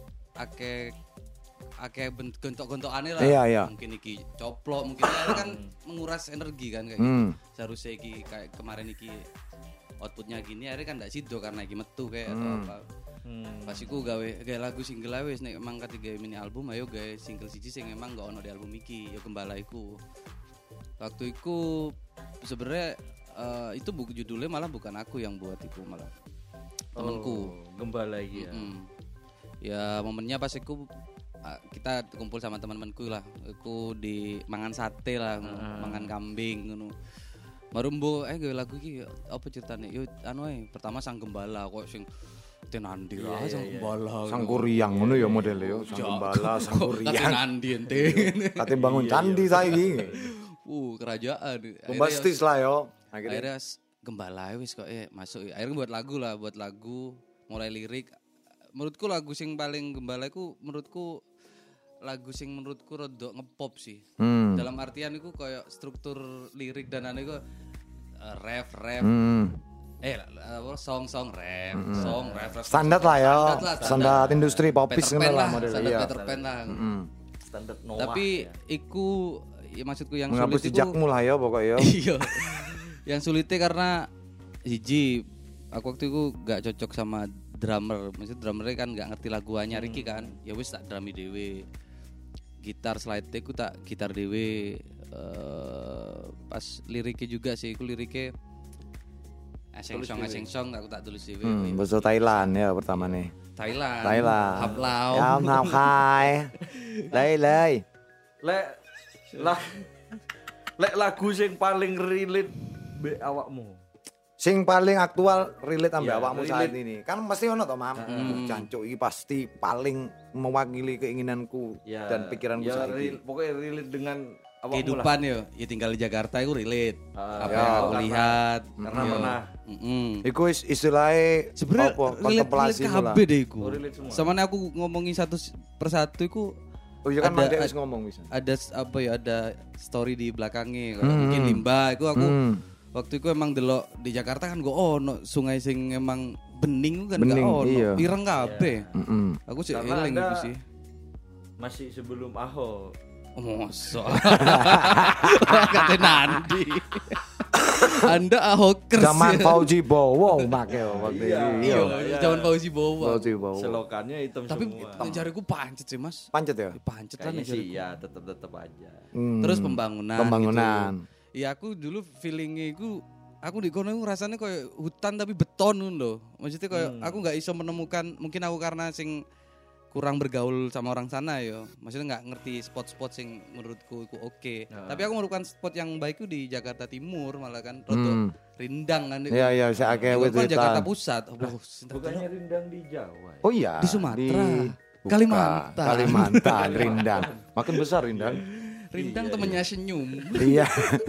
akeh gontok-gontokane lah. Iya. Mungkin iki coplok, mungkin kan menguras energi kan kayak gitu. Seharusnya iki kayak kemarin iki outputnya gini akhirnya kan ndak sido karena iki metu kayak atau apa. Pas iku gawe lagu single ae wis nek emang ketiga mini album ayo gawe single siji sing emang gak ono di album iki ya Gembala iku. Waktu iku sebenarnya itu buku judulnya malah bukan aku yang buat iku malah temanku Gembala iki ya. Ya momennya pas iku kita kumpul sama teman-temanku lah. Iku di mangan sate lah, mangan kambing ngono. Marumbo gawe lagu iki apa ceritane? Yo pertama Sang Gembala kok sing tenandi lah Sang Gembala. Sang Kuriang ngono ya modele yo, Sang Gembala, Sang Kuriang. Tenandi ente. Kate bangun candi saiki. Kerajaan. Bombastis lah yo. Akhirnya Gembala wis kok masuk. Akhirnya buat lagu, mulai lirik. Menurutku lagu sing paling Gembala iku menurutku rodok ngepop sih. Dalam artian iku kayak struktur lirik dan ane iku rap. Song rap. Standar lah ya. Standar industri popis ngono lah model iya. Peter Pan lah. Standar Noah. Tapi iku ya maksudku yang menghapus sulit jejakmu lah ya pokoknya. Iya. Yang sulitnya karena aku waktu itu gak cocok sama drummer. Maksudnya drummernya kan gak ngerti lagu anyar iki kan. Ya wis tak drumi dhewe. Gitar slide ku tak gitar dhewe. Pas liriknya juga sih, aku liriknya aseng song aku tak tulis dhewe. Bahasa Thailand ya pertama nih. Thailand. Haplao. Ya nam khai. Lei. Lek lagu sing paling relate be awakmu. Sing paling aktual relate ambek awakmu saat ini. Kan mesti ono to, Mam. Jancuk iki pasti paling mewakili keinginanku dan pikiranku saat ini. Pokoknya relate dengan awakmu kehidupan lah. Ya tinggal di Jakarta itu relate. Apa yang aku lihat karena pernah. Iku istilahnya sebenarnya kontemplasi lah. Relate deh iku. Sama aku ngomongin satu persatu iku. Oh iya kan ada wis ngomong bisa. Ada story di belakangnya. Mungkin limbah iku aku waktu itu emang delok di Jakarta kan ono sungai sing emang bening kan gak ono. Ireng kabeh. Aku sih eling iku sih. Masih sebelum Ahok. Mosok. Kate nandi. Anda Ahokers. Zaman Fauzi Bowo make waktu itu. Iya, zaman Fauzi Bowo. Selokannya hitam tapi semua. Tapi jariku pancet sih, Mas. Pancet ya? Pancet lah jariku. Iya, tetap aja. Terus pembangunan. Gitu. Ya aku dulu feelingnya aku di kono rasanya kayak hutan tapi beton loh. Maksudnya kayak aku nggak iso menemukan, mungkin aku karena sing kurang bergaul sama orang sana ya. Maksudnya nggak ngerti spot-spot sing menurutku itu oke. Tapi aku menemukan spot yang baik itu di Jakarta Timur malah kan. Rodo Rindang kan. Iya saya kayak kan Jakarta Pusat. Bukannya Rindang di Jawa. Ya? Oh iya. Di Sumatera. Kalimantan Rindang. Makin besar Rindang. Rindang temennya senyum. Iya.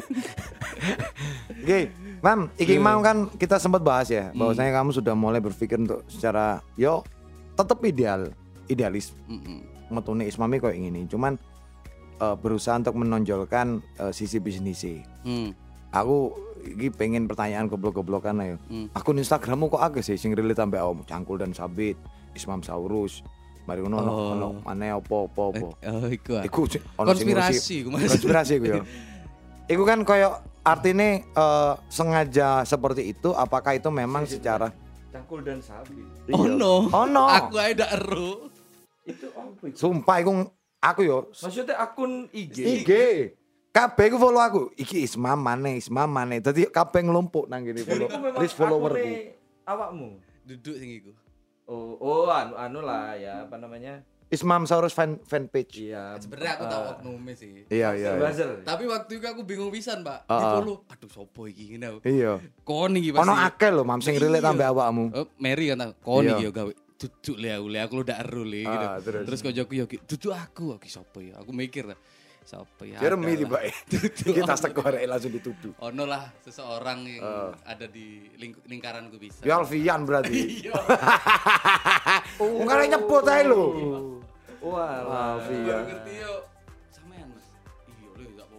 Oke, Mam, iki mau kan kita sempat bahas ya, bahwasanya kamu sudah mulai berpikir untuk secara tetap idealis. Metune Ismami kayak gini, cuman berusaha untuk menonjolkan sisi bisnisnya. Aku iki pengen pertanyaan goblok-goblokan ayo. Akun Instagrammu kok agak sih sing relate sampai Cangkul dan Sabit, Ismam Saurus. Mari ono maneh apa-apa. Iku konspirasi ku ya. Iku kan koyo artine sengaja seperti itu, apakah itu memang secara Cangkul dan Sabit. Oh no. Aku ae ndak ero. Itu apa itu? Sumpah aku yo. Maksudnya akun IG. Kabeh ku follow aku. Iki Ismam maneh. Dadi kabeh ngelumpuk nang kene list followerku. Awakmu duduk sing iku. Oh, anu lah ya, apa namanya? Ismam Saurus fanpage. Iya. Sebenarnya aku tahu oknumnya sih. Iya. Tapi waktu itu aku bingung pisan, Pak. Di follow. Aduh, sopo iki ngene. Iya. Kon iki pasti. Ono akeh lho, Mam sing relate sampe awakmu. Mary kan kon iki yo gawe duduk le aku lu ndak ero le gitu. Terus koncoku yo duduk aku sopo ya. Aku mikir siapa ya? Jeremy tiba kita sekor langsung dituduh. Ono lah seseorang yang ada di lingkaranku bisa. Ya Alfian berarti. Enggak nyebut ae lho. Wah, Alfian. Ngerti yo. Sampean Mas. Iya lho gak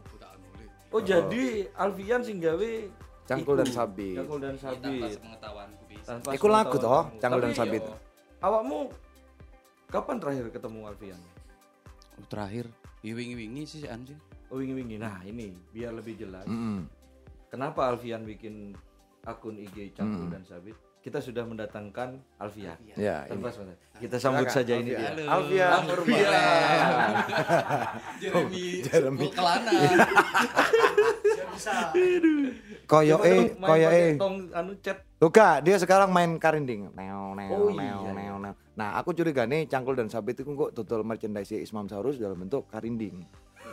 Oh, jadi Alfian sing gawe Cangkul dan Sabit. Cangkul dan Sabit. Iku lagu toh, Cangkul dan Sabit. Awakmu kapan terakhir ketemu Alfian? Terakhir, wingi-wingi sih anjing. Oh, wingi-wingi. Nah, ini biar lebih jelas. Kenapa Alfian bikin akun IG Cangkul dan Sabit? Kita sudah mendatangkan Alfian. Ya, kita sambut saja ini dia. Alfian. Jeremy Kelana. Koyoke anu chat. Luka, dia sekarang main karinding. Neo. Nah, aku curiga nih Cangkul dan Sabit itu kok total merchandise Ismam Saurus dalam bentuk karinding.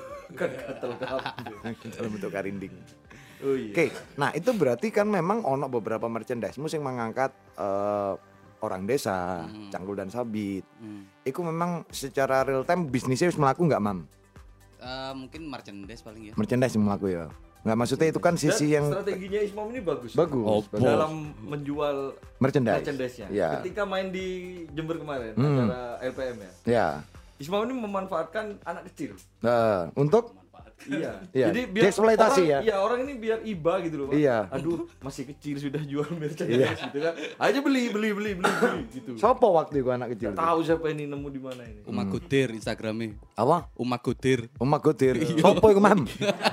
Dalam bentuk karinding. Oh, iya. Oke, nah itu berarti kan memang ono beberapa merchandise yang mengangkat orang desa, Cangkul dan Sabit. Iku memang secara real time bisnisnya wis melaku nggak, Mam? Mungkin merchandise paling ya. Merchandise yang melaku ya. Nggak, maksudnya itu kan sisi yang strateginya Ismam ini bagus. Dalam menjual merchandise-nya. Ya. Ketika main di Jember kemarin acara LPM ya. Ya. Ismam ini memanfaatkan anak kecil. Untuk Iya. Jadi biar eksploitasi ya. Iya, orang ini biar iba gitu loh. Iya. Aduh, masih kecil sudah jual merchandise gitu kan. Aja beli gitu. Siapa waktu itu anak kecil? Tahu siapa ini nemu di mana ini. Umak Godir Instagramnya. Apa? Umak Godir. Siapa itu, Mam?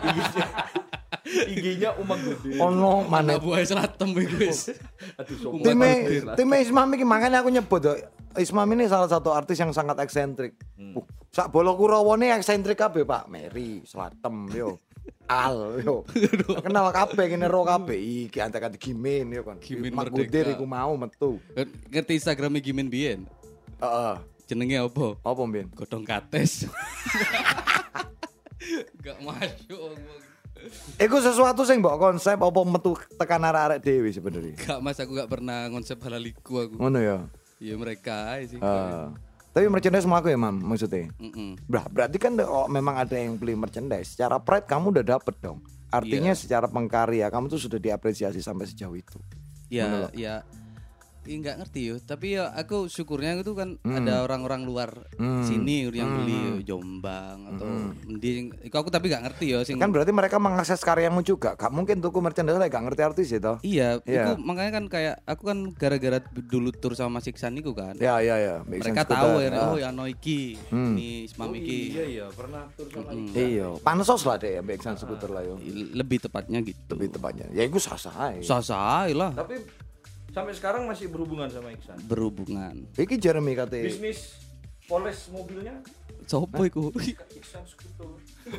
IG-nya Umak Godir. Ono mana? Buah seratem wis. Aduh, Tim Ismam iki makanya aku nyebut Ismam ini salah satu artis yang sangat eksentrik. Sak bolo Kurawone eksentrik kabeh, Pak. Mary, Slatem yo. Al yo. Kenal kabeh kene ro kabeh iki antek-antek Gimin yo kan. Mak Godir iku mau metu. Ngerti Instagramnya Gimin biyen? Heeh. Jenenge apa? Apa mbien? Godhong kates. Gak masuk. Iku sesuatu sing mbok konsep apa metu tekan arek-arek dhewe sebenarnya. Gak Mas, aku gak pernah konsep halaliku aku. Ngono ya. Ya mereka sih. Tapi merchandise melaku ya, Mam, maksudnya. Mm-mm. Berarti kan memang ada yang beli merchandise. Secara pride kamu udah dapet dong. Artinya secara pengkarya kamu tuh sudah diapresiasi sampai sejauh itu. Ya, ya. Nggak ngerti yo, tapi ya aku syukurnya itu kan ada orang-orang luar sini yang beli Jombang atau mending. Aku tapi nggak ngerti yo. Kan berarti mereka mengakses karyamu juga. Gak mungkin tuku merchandise gak ngerti artis itu. Iya, itu makanya kan kayak aku kan gara-gara dulu tur sama Mas Iksan itu kan. Ya. Mereka tahu ya, oh ya Noiki, ini Ismam iki. Iya, pernah tur sama Iksan. Iya, pansos lah deh ya Mbak Iksan skuter lah yo. Lebih tepatnya gitu. Lebih tepatnya. Ya itu sah-sah aja. Sah-sah lah. Tapi sampai sekarang masih berhubungan sama Iksan. Berhubungan. Iki Jeremy katanya. Bisnis poles mobilnya Sopo iku? Iksan skuter.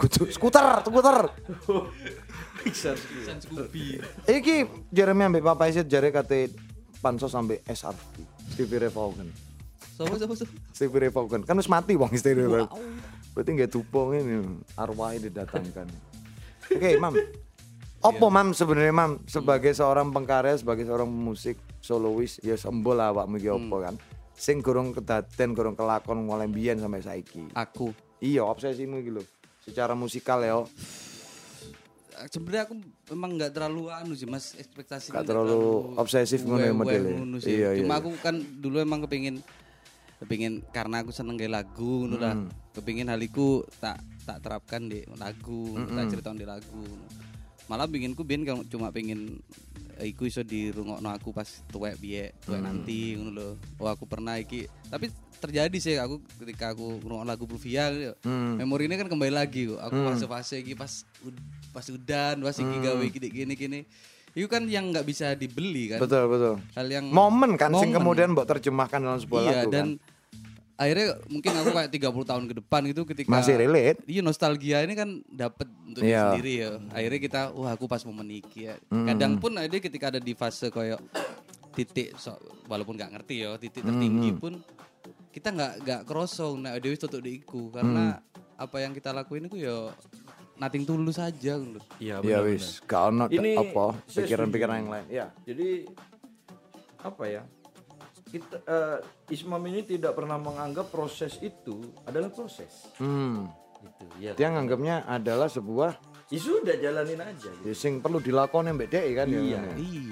Iksan Scoopy. Iki Jeremy ambek Papa Isit jare kate pansos sampai SRT. Stevie Ray Vaughan. Sopo. Stevie Ray Vaughan. Kan wis mati wong Stevie Ray. Berarti nggak tupong ini arwahnya didatangkan. Oke, Mam. Apa Mam sebenarnya Mam sebagai seorang pengkarya, sebagai seorang musik solois ya sembol awakmu iki apa kan? Sing gorong kedaden, gorong kelakon mulai mbiyen sampai saiki. Aku. Iya, obsesimu iki lho. Secara musikal ya. Sebenarnya aku memang nggak terlalu sih Mas, ekspektasi nggak terlalu obsesif ngono modelnya. Iya. Cuma aku kan dulu emang kepingin karena aku seneng gawe lagu ngono lah. Kepingin haliku tak terapkan di lagu, tak ceritain di lagu. Malah binginku kalau cuma pengen iku iso dirungokno aku pas tuwek nanti ngono lho. Oh aku pernah iki. Tapi terjadi sih aku ketika aku ngrungokno lagu Pluvia memori ini kan kembali lagi kok. Aku fase-fase iki pas udan, pas iki gawe gini. Itu kan yang enggak bisa dibeli kan. Betul. Hal yang momen kan sing kemudian mbok terjemahkan dalam sebuah lagu dan kan. Akhirnya mungkin aku kayak 30 tahun ke depan gitu ketika masih relate. Iya, nostalgia ini kan dapat untuk diri sendiri ya. Akhirnya kita aku pas momen iki ya. Kadang pun ada ketika ada di fase koyo titik walaupun enggak ngerti ya, titik tertinggi pun kita enggak kerosong nek dhewe tutuk diiku karena apa yang kita lakuin itu ya nothing tulus saja gitu. Iya benar. Ya wis, gak ono apa pikiran-pikiran yang lain. Ya. Jadi apa ya? Kita Ismam ini tidak pernah menganggap proses itu adalah proses. Gitu, ya. Dia nganggapnya adalah sebuah ya sudah jalanin aja. Gitu. Sing perlu dilakoni mbek dhek kan iya.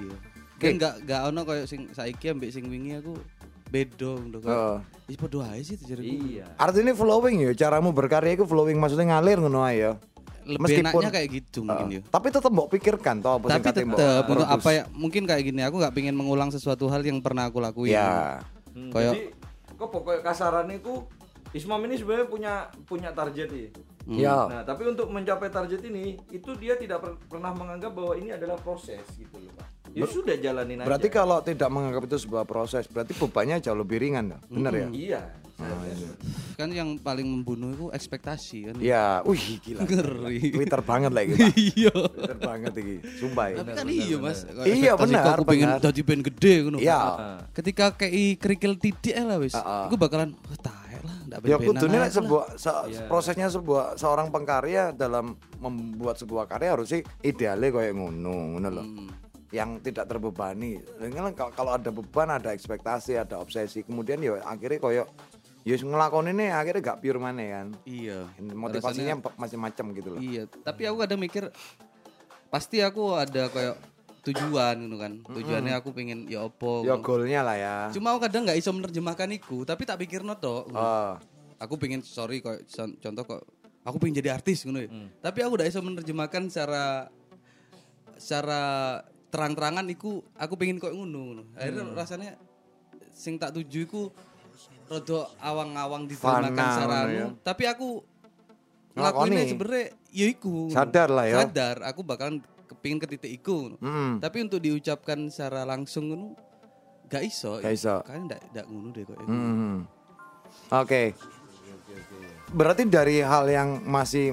Kan enggak ono koyo sing saiki ambek sing wingi aku beda ngono kok. Wis padha ae sih jariku. Iya. Artinya flowing ya, caramu berkarya itu flowing maksudnya ngalir ngono ae ya. lebih enaknya kayak gitu mungkin ya. Tapi tetap mbok pikirkan toh apa sing kate mbok. Untuk apa ya? Mungkin kayak gini, aku enggak pingin mengulang sesuatu hal yang pernah aku lakuin. Ya. Jadi kok pokoknya kasaran itu Ismam ini sebenarnya punya target ya. Ya. Nah, tapi untuk mencapai target ini itu dia tidak pernah menganggap bahwa ini adalah proses gitu loh, Pak. Ya sudah jalanin aja. Berarti kalau tidak menganggap itu sebuah proses, berarti bebannya jauh lebih ringan, benar ya? Iya. Kan yang paling membunuh itu ekspektasi kan. Ya, gila. Ngeri. Twitter banget lagi, Pak. Iya. Twitter banget iki, sumpah. Tapi kan iya, Mas. Iya benar. Aku pengen dadi band gede ngono. Iya. Ketika kayak kerikil titik lah wis. Iku bakalan taek lah ndak ya kudune nek prosesnya seorang pengkarya dalam membuat sebuah karya harus sih idealnya kayak ngono loh. Yang tidak terbebani. Kalau ada beban, ada ekspektasi, ada obsesi, kemudian ya akhirnya koyo ya ngelakoni ini akhirnya gak pure maneh kan. Iya. Motivasinya macam-macam gitu loh. Iya, tapi aku kadang mikir pasti aku ada kayak tujuan gitu kan. Tujuannya aku pengen ya opo. Ya goalnya lah ya. Cuma aku kadang gak iso menerjemahkan iku, tapi tak pikirno tok. Aku pengen kayak contoh kok aku pengen jadi artis gitu ya. Tapi aku gak iso menerjemahkan secara terang-terangan iku aku pengen kok ngono. Akhirnya rasanya sing tak tuju iku rada awang-awang diterjemahkan secara tapi aku ngelakuinnya sebenarnya ya iku. Sadar lah ya. Sadar aku bakalan kepingin ke titik iku. Tapi untuk diucapkan secara langsung ngono gak iso. Kayaknya ndak ngono deh kok. Oke. Berarti dari hal yang masih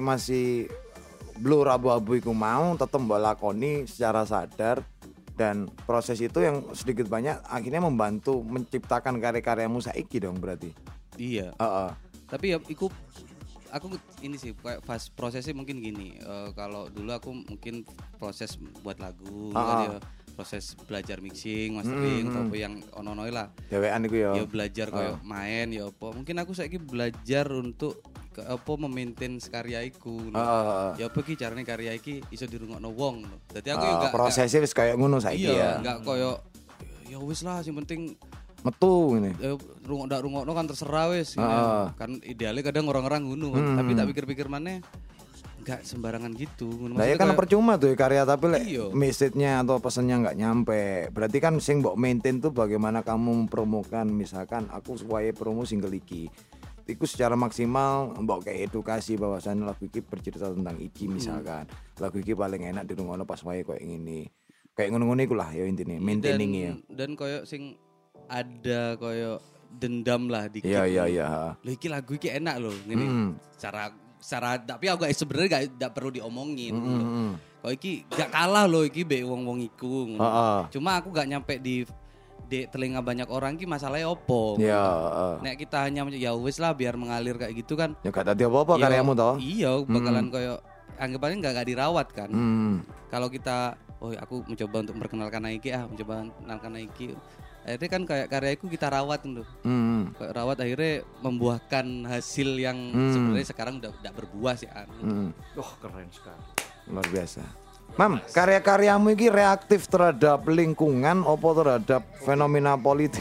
blur abu-abu iku mau tetep mbok lakoni secara sadar, dan proses itu yang sedikit banyak akhirnya membantu menciptakan karya-karyamu saiki dong berarti. Iya. Tapi ya aku ini sih kayak prosesnya mungkin gini. Kalau dulu aku mungkin proses buat lagu kan ya, proses belajar mixing, mastering atau apa yang ono-ono lah. Dewean iku ya. Ya belajar kayak main ya apa. Mungkin aku saiki belajar untuk memaintain karya iku. Ya apa ki carane karya iki iso dirungokno wong. Dadi aku juga prosesnya wis kayak ngono saiki ya. Enggak koyo ya wis lah sing penting metu ngene. Rungokno kan terserah wis. Kan idealnya kadang orang-orang ngono, tapi tak pikir-pikir maneh enggak sembarangan gitu. Nah ya kan percuma tuh karya tapi message-nya atau pesannya enggak nyampe. Berarti kan sing mbok maintain tuh bagaimana kamu mempromokan, misalkan aku supaya promo single iki. Iku secara maksimal mbok kayak edukasi bahwasannya lagu iki bercerita tentang iki misalkan. Lagu iki paling enak dirungokno pas wae koyo ngene. Kayak ngono-ngono iku lah ya intine, maintaining ya. Dan koyo sing ada koyo dendam lah dikit. Iya. Lho iki lagu iki enak loh ngene. Secara tapi aku sebenarnya gak perlu diomongin. Kok iki gak kalah loh iki be wong-wong iku. Cuma aku gak nyampe di telinga banyak orang ki masalahnya opo. Nek kita hanya ya wis lah biar mengalir kayak gitu kan. Ya gak tadi apa-apa karyamu toh. Iya, bakalan koyo anggapannya gak dirawat kan. Kalau kita aku mencoba untuk memperkenalkan Nike mencoba mengenalkan Nike. Akhirnya kan kayak karyaku kita rawat tuh. Kayak rawat akhirnya membuahkan hasil yang sebenarnya sekarang udah berbuah sih Keren sekali. Luar biasa. Mam, karya-karyamu ini reaktif terhadap lingkungan apa terhadap fenomena politik?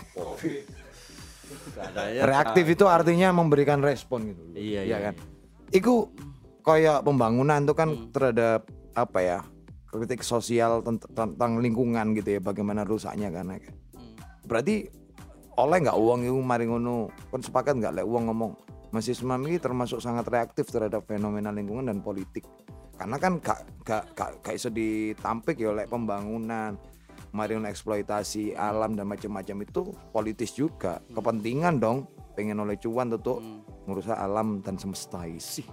Reaktif itu artinya memberikan respon gitu. Iya kan? Iku kayak pembangunan itu kan terhadap apa ya? Kritik sosial tentang lingkungan gitu ya, bagaimana rusaknya kan. Berarti oleh enggak uang itu mari ngono, kan sepakat enggak lek uang ngomong Mas Ismam ini termasuk sangat reaktif terhadap fenomena lingkungan dan politik. Karena kan gak iso ditampik ya oleh pembangunan, mari eksploitasi alam dan macam-macam itu politis juga. Kepentingan dong, pengen oleh cuan tuh ngurusak alam dan semesta isi.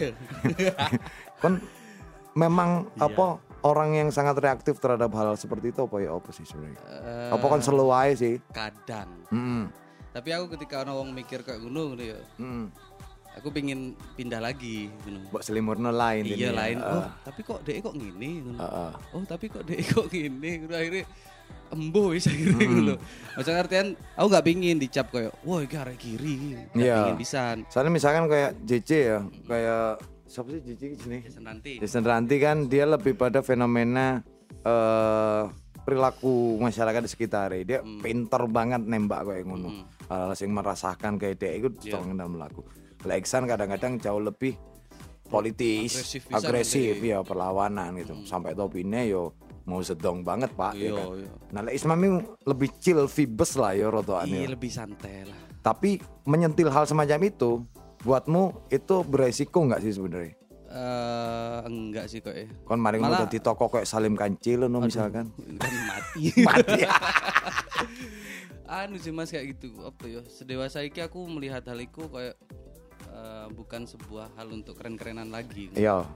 Kan memang apa orang yang sangat reaktif terhadap hal seperti itu apa sih sebenarnya? Apa kan selalu aja sih? Kadang. Tapi aku ketika orang mikir kayak gunung gitu ya. Aku pengen pindah lagi gitu. Mbok selimurno lain ini. Iya lain. Tapi kok dhek kok ngene gitu. Tapi kok dhek kok ngene gitu. Akhirnya embo wis akhirnya gitu. Maksudnya artian aku enggak pengin dicap kayak wah iki arek kiri. Enggak pengin pisan. Soalnya misalkan kayak JJ ya, kayak siapa sih JJ sini? Jason Ranti kan dia lebih pada fenomena perilaku masyarakat di sekitarnya. Dia pinter banget nembak kayak ngono. Hal-hal yang merasakan kayak dia itu dalam lagu. Leksan kadang-kadang jauh lebih politis, agresif ya perlawanan gitu. Sampai topine yo mau sedong banget Pak. Iya, ya kan? iya. Nah, Ismami lebih chill vibes lah ya rotoan. Iya, lebih santai lah. Tapi menyentil hal semacam itu buatmu itu beresiko nggak sih sebenarnya? Enggak sih kok ya. Kon maring mau di toko kayak Salim Kancil no misalkan. Kan mati. Mati. Anu sih Mas kayak gitu. Apa ya? Sedewasa iki aku melihat hal itu kayak bukan sebuah hal untuk keren-kerenan lagi. Iya.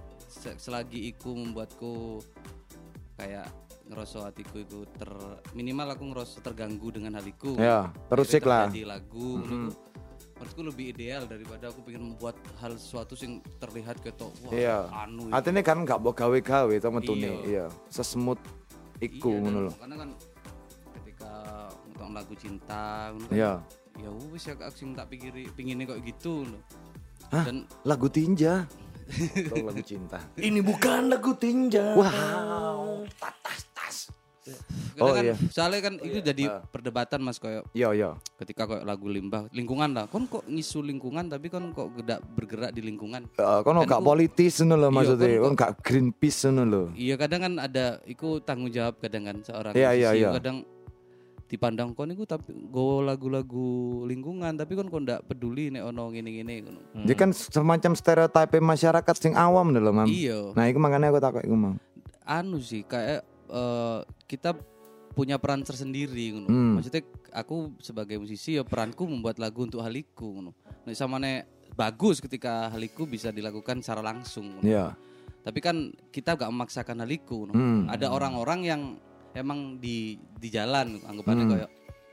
Selagi iku membuatku kayak ngerasa hatiku itu minimal aku ngerasa terganggu dengan hal itu. Ya, terus sik lah. Jadi lagu menurutku lebih ideal daripada aku pengen membuat hal sesuatu yang terlihat ketok wah iya. anu. Artinya kan gak mau gawe-gawe to metune. Iya. Sesemut iku ngono lho. Karena kan ketika nonton lagu cinta ngono iya. Ya wis ya aku sing tak pikiri pingine kok gitu lho. Hah? Dan lagu tinja. Itu lagu cinta. Ini bukan lagu tinja. Wow. Tas. Oh kan, iya. Soalnya kan itu jadi perdebatan Mas kayak. Iya. Ketika kayak lagu limbah, lingkungan lah. Kon kok ngisu lingkungan tapi kon kok gak bergerak di lingkungan. Kon gak politis ngono lho maksudnya. Kon gak Greenpeace ngono lho. Iya, kadang kan ada iku tanggung jawab kadang kan seorang musisi. Iya. Kadang dipandang kon iku tapi go lagu-lagu lingkungan tapi kon kok ndak peduli nek ono ngene-ngene ngono. Jadi kan semacam stereotipe masyarakat sing awam lho, Mam. Iya. Nah, iku makanya aku takut iku, Mam. Anu sih kayak kita punya peran tersendiri ngono. Maksudnya aku sebagai musisi ya peranku membuat lagu untuk hal iku ngono. Nek samane bagus ketika hal iku bisa dilakukan secara langsung ngono. Iya. Tapi kan kita gak memaksakan hal iku ngono. Ada orang-orang yang emang di jalan anggapannya kayak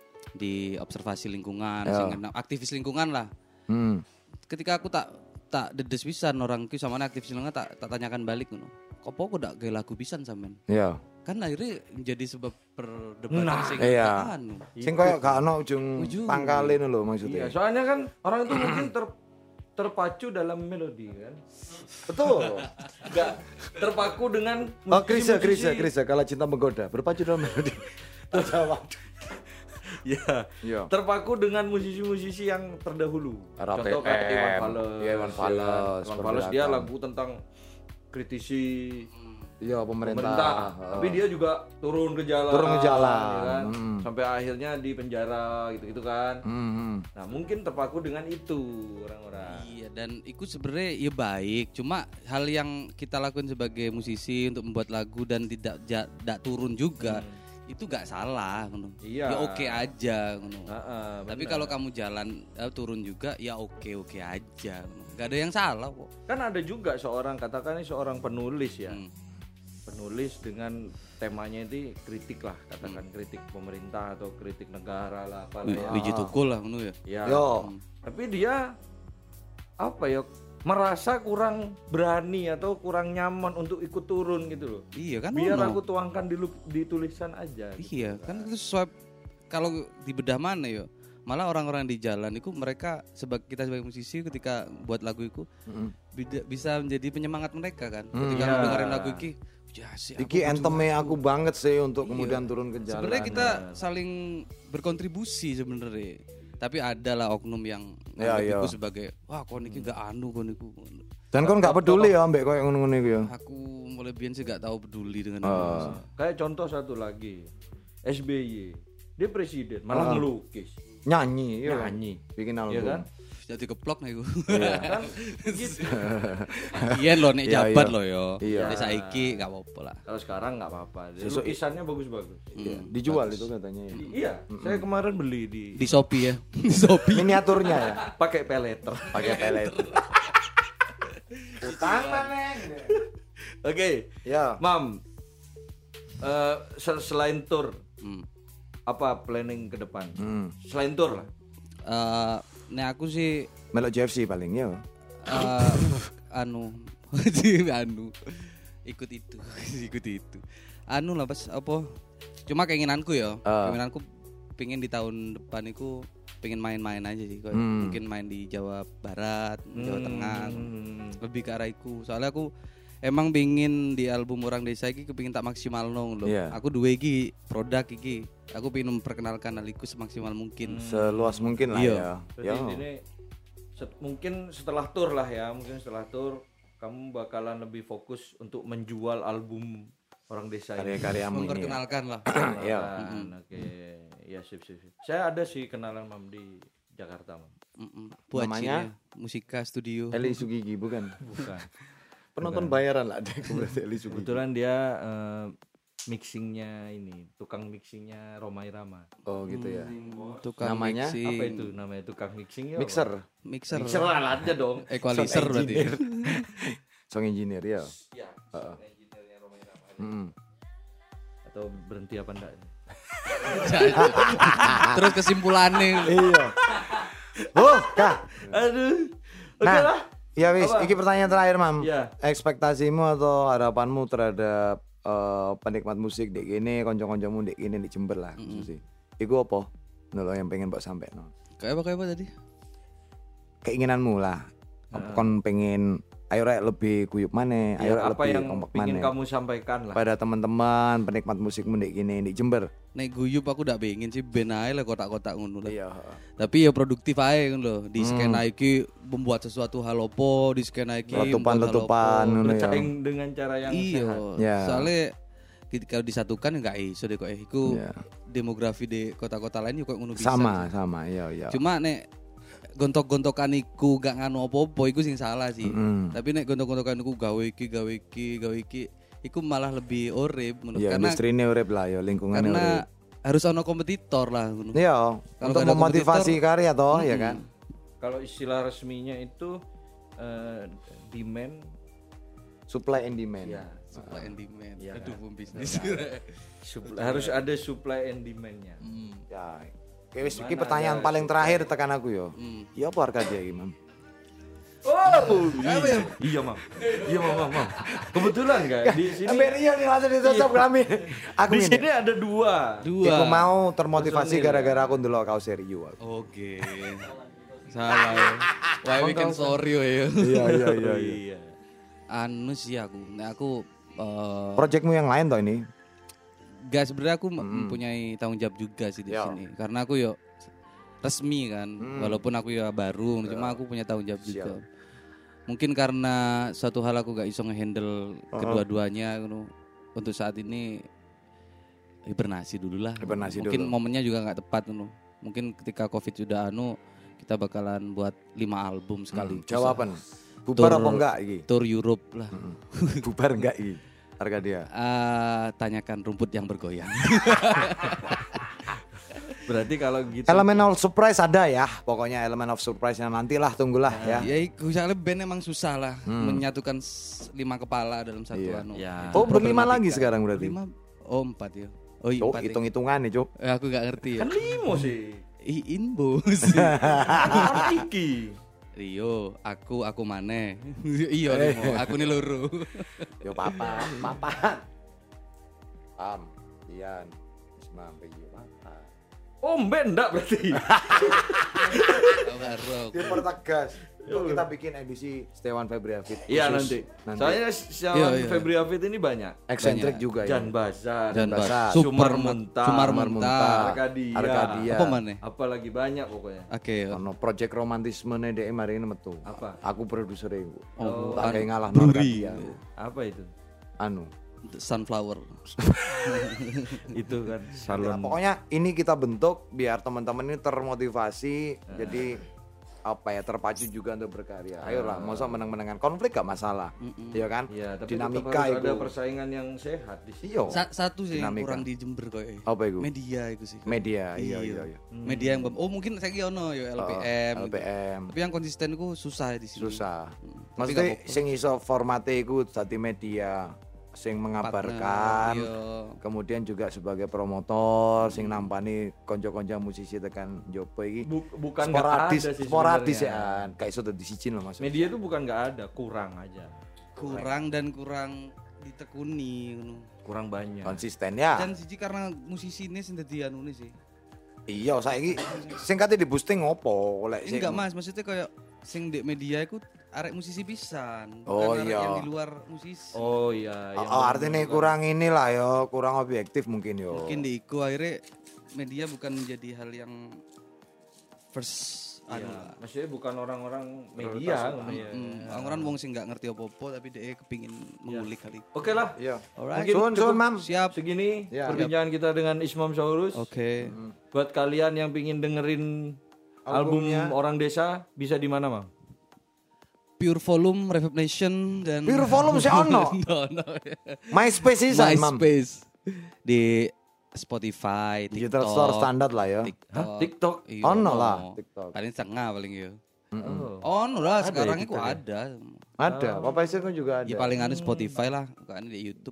di observasi lingkungan, aktivis lingkungan lah. Ketika aku tak dedes pisan orang ki samane aktivis lingkungan tak tanyakan balik ngono. Kopo kok ndak gawe lagu pisan sampean? Iya. Kan akhirnya menjadi sebab perdebatan sing anu. Sing koyo gak ono ujung pangkale lho maksudnya. Iya, soalnya kan orang itu mungkin terpacu dalam melodi kan. Betul. Enggak terpaku dengan musisi. Krisa kalau cinta menggoda berpacu dalam melodi. Terjawab. Ya. Terpaku dengan musisi-musisi yang terdahulu. Contoh kayak Iwan Fals. Iwan Fals dia lagu tentang kritisi pemerintah. Tapi dia juga turun ke jalan. Ya kan? Sampai akhirnya di penjara gitu kan. Nah, mungkin terpaku dengan itu orang-orang. Iya, dan itu sebenarnya ya baik. Cuma hal yang kita lakukan sebagai musisi untuk membuat lagu dan tidak turun juga. Itu gak salah iya. Ya oke aja tapi kalau kamu jalan turun juga ya oke aja gak ada yang salah kok. Kan ada juga seorang penulis ya. Penulis dengan temanya itu kritik lah, katakan kritik pemerintah atau kritik negara lah apa lah. Biji tukul lah ya. Tapi dia merasa kurang berani atau kurang nyaman untuk ikut turun gitu loh. Iya kan. Biar aku tuangkan di tulisan aja. Iya gitu kan itu sesuai kalau dibedah mana ya. Malah orang-orang di jalan itu mereka kita sebagai musisi ketika buat lagu itu bisa menjadi penyemangat mereka kan. Ketika mendengarkan lagu iki anteme aku banget sih untuk kemudian turun ke jalan. Sebenarnya kita saling berkontribusi sebenarnya. Tapi ada lah oknum yang itu sebagai wah kon iki gak anu kon iku. Dan kon gak peduli ya ambek koyo ngono-ngono iku ya. Aku mulai biyen sih gak tahu peduli dengan kayak contoh satu lagi. SBY. Dia presiden malah ngelukis. Nyanyi. Bikin album. Iya kan? Jadi keplok nih gue. Iya kan? Gitu. Iya loh nek jabat loh yo. Iya. Saiki gak apa-apa lah. Kalau sekarang gak apa-apa. Lukisannya bagus-bagus. Iya. Dijual itu katanya ya. Iya. Saya kemarin beli di Shopee ya. Di Shopee. Miniaturnya ya. Pakai peleter. Utang maneng. Oke. Ya. Mam. Selain tour. Apa planning ke depan? Selain tour lah. Nah aku sih melok JFC paling ya. Ikut itu. Anu lah pas apa? Cuma keinginanku ya. Keinginanku pengen di tahun depan itu pengen main-main aja sih. Mungkin main di Jawa Barat, Jawa Tengah. Lebih ke arah iku. Soalnya aku emang pengin di album Orang Desa iki kepengin tak maksimal loh. Aku duwe iki produk iki. Aku pengen memperkenalkan hal iku semaksimal mungkin. Seluas mungkin lah ya. Jadi ini mungkin setelah tour lah ya. Mungkin setelah tour kamu bakalan lebih fokus untuk menjual album orang desa ini. Karya-karyamu ini. Memperkenalkan lah. Iya. Oke. Ya sip. Saya ada sih kenalan Mam di Jakarta, Mam. Namanya Musika Studio. Eli Sugigi bukan? Bukan. Penonton bayaran lah deh berarti Eli Sugigi. Kebetulan dia mixingnya ini, tukang mixingnya Roma Irama. Oh gitu ya. Tukang Namanya? mixing. Apa itu namanya tukang mixingnya? Mixer. Mixer. Mixer lah aja dong. Equalizer berarti. Song engineer ya. Ya. Engineer-nya Roma Irama. Atau berhenti apa enggak? Terus kesimpulannya. Iya. Oh, Kak. Aduh. Oke Nah, lah. ya wis, iki pertanyaan terakhir, Mam. Ya. Ekspektasimu atau harapanmu terhadap penikmat musik dek gini, konco-koncomu dek gini di Jember lah khususnya. Iku apa? Nolo yang pengen mbok sampeno. Kayak apa tadi? Keinginanmu lah. Kon pengen ayo rek lebih guyup maneh, ayo rek Apa lebih yang kompak ingin maneh. kamu sampaikan lah. Pada teman-teman penikmat musikmu dek gini di Jember. Nek guyup aku ndak pengen sih ben ae lah kotak-kotak ngono lah. Iya, Tapi ya produktif ae ngono lho. Di skena iki membuat sesuatu hal opo, di skena iki letupan-letupan ngono ya. Bersaing dengan cara yang iya. sehat. Ya. Soalnya kalau disatukan enggak iso deh kok iku Iya. demografi di kota-kota lain juga ngono bisa. Sama, iya. Cuma nek gontok-gontokan iku gak nganu apa-apa iku sing salah sih. Tapi nek gontok-gontokan iku gawe iki iku malah lebih urip menurut Ya, karena industrine urip lah ya, lingkungannya karena urip. harus ono kompetitor lah ngono. Iya, Kalau untuk nggak ada memotivasi karya toh, ya kan? Kalau istilah resminya itu demand, Supply and demand. ya, Supply and demand. Iya, Aduh, kan? bisnis. harus ada supply and demandnya. Ya. Oke, wis iki pertanyaan paling terakhir tekan aku yo. Iya apa Arkadia iki, Mam? Oh, iya Mam. Kebetulan nggak di sini. Iya nih langsung ditutup kami. Aku Di ini. sini ada dua. Aku mau termotivasi gara-gara aku ndelok kau serius aku. Oke. Salah. Ya. Why we can sorry ya. Iya. Anu sih aku. Nek aku Projectmu yang lain toh ini? gak sebenarnya aku mempunyai tanggung jawab juga sih di sini. Karena aku yo resmi kan, walaupun aku ya baru, cuma aku punya tanggung jawab juga. Mungkin karena suatu hal aku gak iso ngehandle kedua-duanya untuk saat ini hibernasi dulu lah. Mungkin momennya juga gak tepat Mungkin ketika Covid sudah kita bakalan buat 5 album sekali. Jawaban. Bubar apa enggak iki? Tour Europe lah. Bubar enggak iki? Arkadia. Tanyakan rumput yang bergoyang. Berarti kalau gitu Elemen of surprise ada ya. Pokoknya elemen of surprise-nya nantilah, tunggulah ya. Ya soalnya band emang susah lah menyatukan 5 kepala dalam satu Ya. Oh, berlima lagi sekarang berarti. 4 ya. Oh iya, Oh, 4 hitung-hitungan nih, Cuk. aku gak ngerti ya. kan limo sih. Inbo Kan iki. Rio, aku maneh. Iya Rio, aku nih loro. Yo papa. Pam, Ian, Isma, Rio, papa. Oh, mbak enggak berarti. Dipertegas. Yuk kita bikin edisi Stewan Febri Hafid. Iya nanti. Soalnya Stewan Febri Hafid ini banyak. Eksentrik juga ya. Jan Bazar, Sumar Muntar, Arkadia. Apa mana? Apalagi banyak pokoknya. Oke. Ono project romantisme nih dek mari ini metu. Apa? Aku produser itu. Oh, tak kayak ngalah Bruri. Apa itu? Anu. Sunflower. Itu kan Ya, salon. pokoknya ini kita bentuk biar teman-teman ini termotivasi. Jadi apa ya, terpacu juga untuk berkarya. Ayolah, masa menang-menangan konflik gak masalah. Iya kan? Iya, tapi Dinamika tetap harus itu. ada persaingan yang sehat di sini. Iya. Satu sih yang Dinamika. kurang di Jember kok. Apa itu? Media itu sih. Media, iya. Media yang mungkin saya ono ya LPM. LPM. Tapi yang konsisten ku susah di sini. Susah. Tapi Maksudnya gak apa-apa. sing iso formate iku dadi media sing mengabarkan. Iya. Kemudian juga sebagai promotor sing nampani konco-konco musisi tekan jopo iki. Bukan nggak ada sih sporadis sebenarnya. ya. Kayak iso dadi siji lho Mas. Media itu bukan nggak ada, kurang aja. Kurang ditekuni ngono. Kurang banyak. Konsisten ya. Dan siji karena musisi ini sing dadi anu sih. Iya, saiki sing kate di boosting opo oleh sing. Enggak Mas, maksudnya kayak sing di media iku arek musisi pisan, Oh, bukan arek iya. yang di luar musisi. Oh iya. Oh, artinya kurang inilah ya, kurang objektif mungkin yo. Mungkin di iku akhirnya media bukan menjadi hal yang first maksudnya bukan orang-orang media orang-orang wong sing nggak ngerti apa-apa tapi dia kepingin mengulik kali. Oke lah. Alright. Mungkin cukup Mam. Siap segini perbincangan kita dengan Ismam Saurus. Oke. Buat kalian yang pingin dengerin albumnya Orang Desa bisa di mana, Mam? Pure Volume, Reverb Nation dan Pure Volume sih ono. MySpace sih, Mam. MySpace di Spotify, TikTok, Digital Store standar lah ya. TikTok. Iya, Ono lah TikTok. Paling setengah paling ya. Ono lah sekarang itu ada. Ada, Papa Isir kan juga ada. Ya paling anu Spotify lah, bukan di YouTube.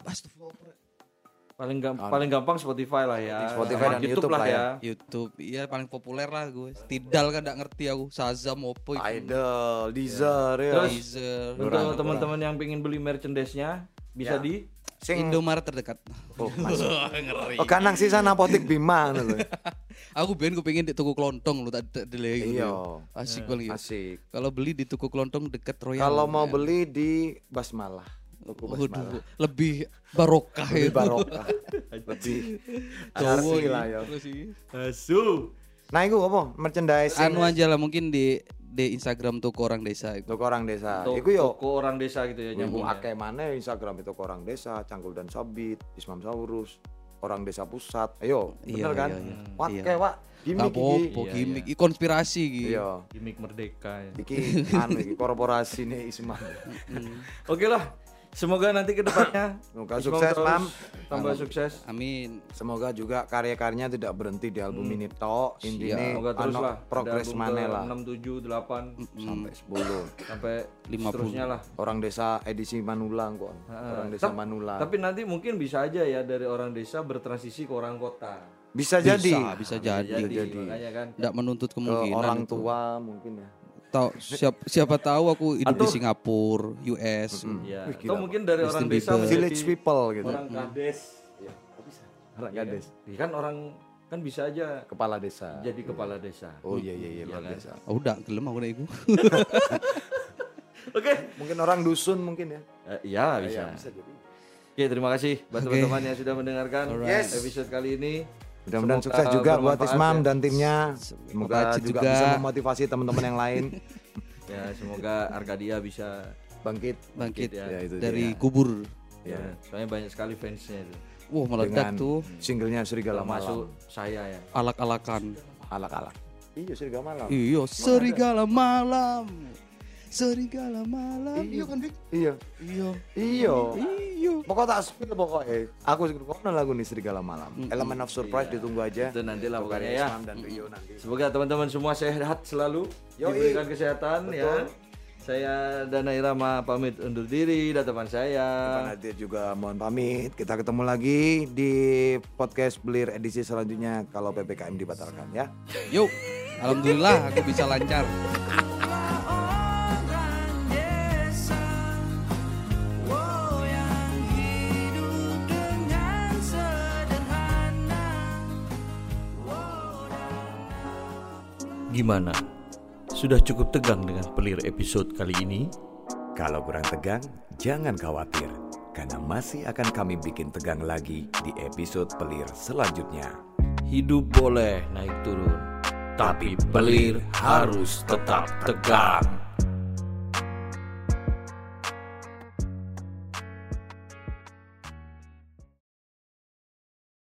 Paling gampang Spotify lah ya. Spotify dan YouTube lah ya. YouTube, iya paling populer lah gue. Tidal kan enggak ngerti aku, Shazam opo itu. Idol, Deezer ya. Terus untuk teman-teman yang pengen beli merchandise-nya bisa di Indomaret terdekat. Oh, ngeri. Oh, kanang sisa apotik Bima ngono lho. Aku ben kepengin di tuku kelontong lu tak deleng. Iya. Asik banget. Asik. Kalau beli di tuku kelontong dekat Royal. Kalau mau beli di Basmalah. Waduh, lebih barokah ya. Lebih barokah. Lebih Cowok lah ya. Asu. Nah, itu apa? Merchandise. Anu aja lah mungkin di Instagram Toko Orang Desa itu. Toko Orang Desa. Iku yo Toko Orang Desa gitu ya nyambung akeh maneh Instagram itu Toko Orang Desa, Cangkul dan Sabit, Ismam Saurus, Orang Desa Pusat. Ayo, bener kan? Wah, kayak Wak, gimmick konspirasi gitu. Iya. Gimmick merdeka ya. Iki anu iki korporasi nih Ismam. Oke lah. Semoga nanti ke depannya semoga sukses, Mam. Tambah sukses. Amin. Semoga juga karya-karyanya tidak berhenti di album ini tok. Intinya semoga terus lah progres maneh lah. 6, 7, 8 sampai 10 sampai 50 seterusnya lah. Orang Desa edisi Manulang kok. Orang Desa Manulang. Tapi nanti mungkin bisa aja ya dari orang desa bertransisi ke orang kota. Bisa jadi. Bisa jadi. Makanya kan. Enggak menuntut kemungkinan. Orang tua mungkin ya. Siapa tahu aku hidup di Singapura, US. Ya. Atau mungkin dari orang desa village people gitu. Orang kades. Ya, bisa. Orang kades. Ya kan orang kan bisa aja kepala desa. Jadi kepala desa. Oh iya luar biasa. Oh, udah gelem aku nek iku. Oke, mungkin orang dusun mungkin ya. Iya, bisa. Bisa jadi. Oke, terima kasih buat teman-teman yang sudah mendengarkan episode kali ini. Mudah-mudahan sukses juga buat Ismam dan timnya. Semoga juga bisa memotivasi teman-teman yang lain. Ya, semoga Arkadia bisa bangkit ya, itu dari kubur. Ya, soalnya banyak sekali fansnya itu. Wah, meledak tuh. Singlenya Serigala Malam. Masuk saya ya. Alak-alakan. Alak-alak. Iya, Serigala Malam. Iya, Serigala Malam. Serigala Malam. Iya kan, Dik? Iya. Pokoknya tak spill pokoknya. Aku ngono lagu nih Serigala Malam. Elemen of surprise ditunggu aja. Itu nanti lah pokoknya ya. Dan Rio nanti. Semoga teman-teman semua sehat selalu, diberikan kesehatan ya. Saya Dana Irama pamit undur diri dan teman saya. Teman Hadir juga mohon pamit. Kita ketemu lagi di podcast Belir edisi selanjutnya kalau PPKM dibatalkan ya. Yuk. Alhamdulillah aku bisa lancar. Gimana? Sudah cukup tegang dengan Pelir episode kali ini? Kalau kurang tegang, jangan khawatir, karena masih akan kami bikin tegang lagi di episode Pelir selanjutnya. Hidup boleh naik turun, tapi Pelir harus tetap tegang.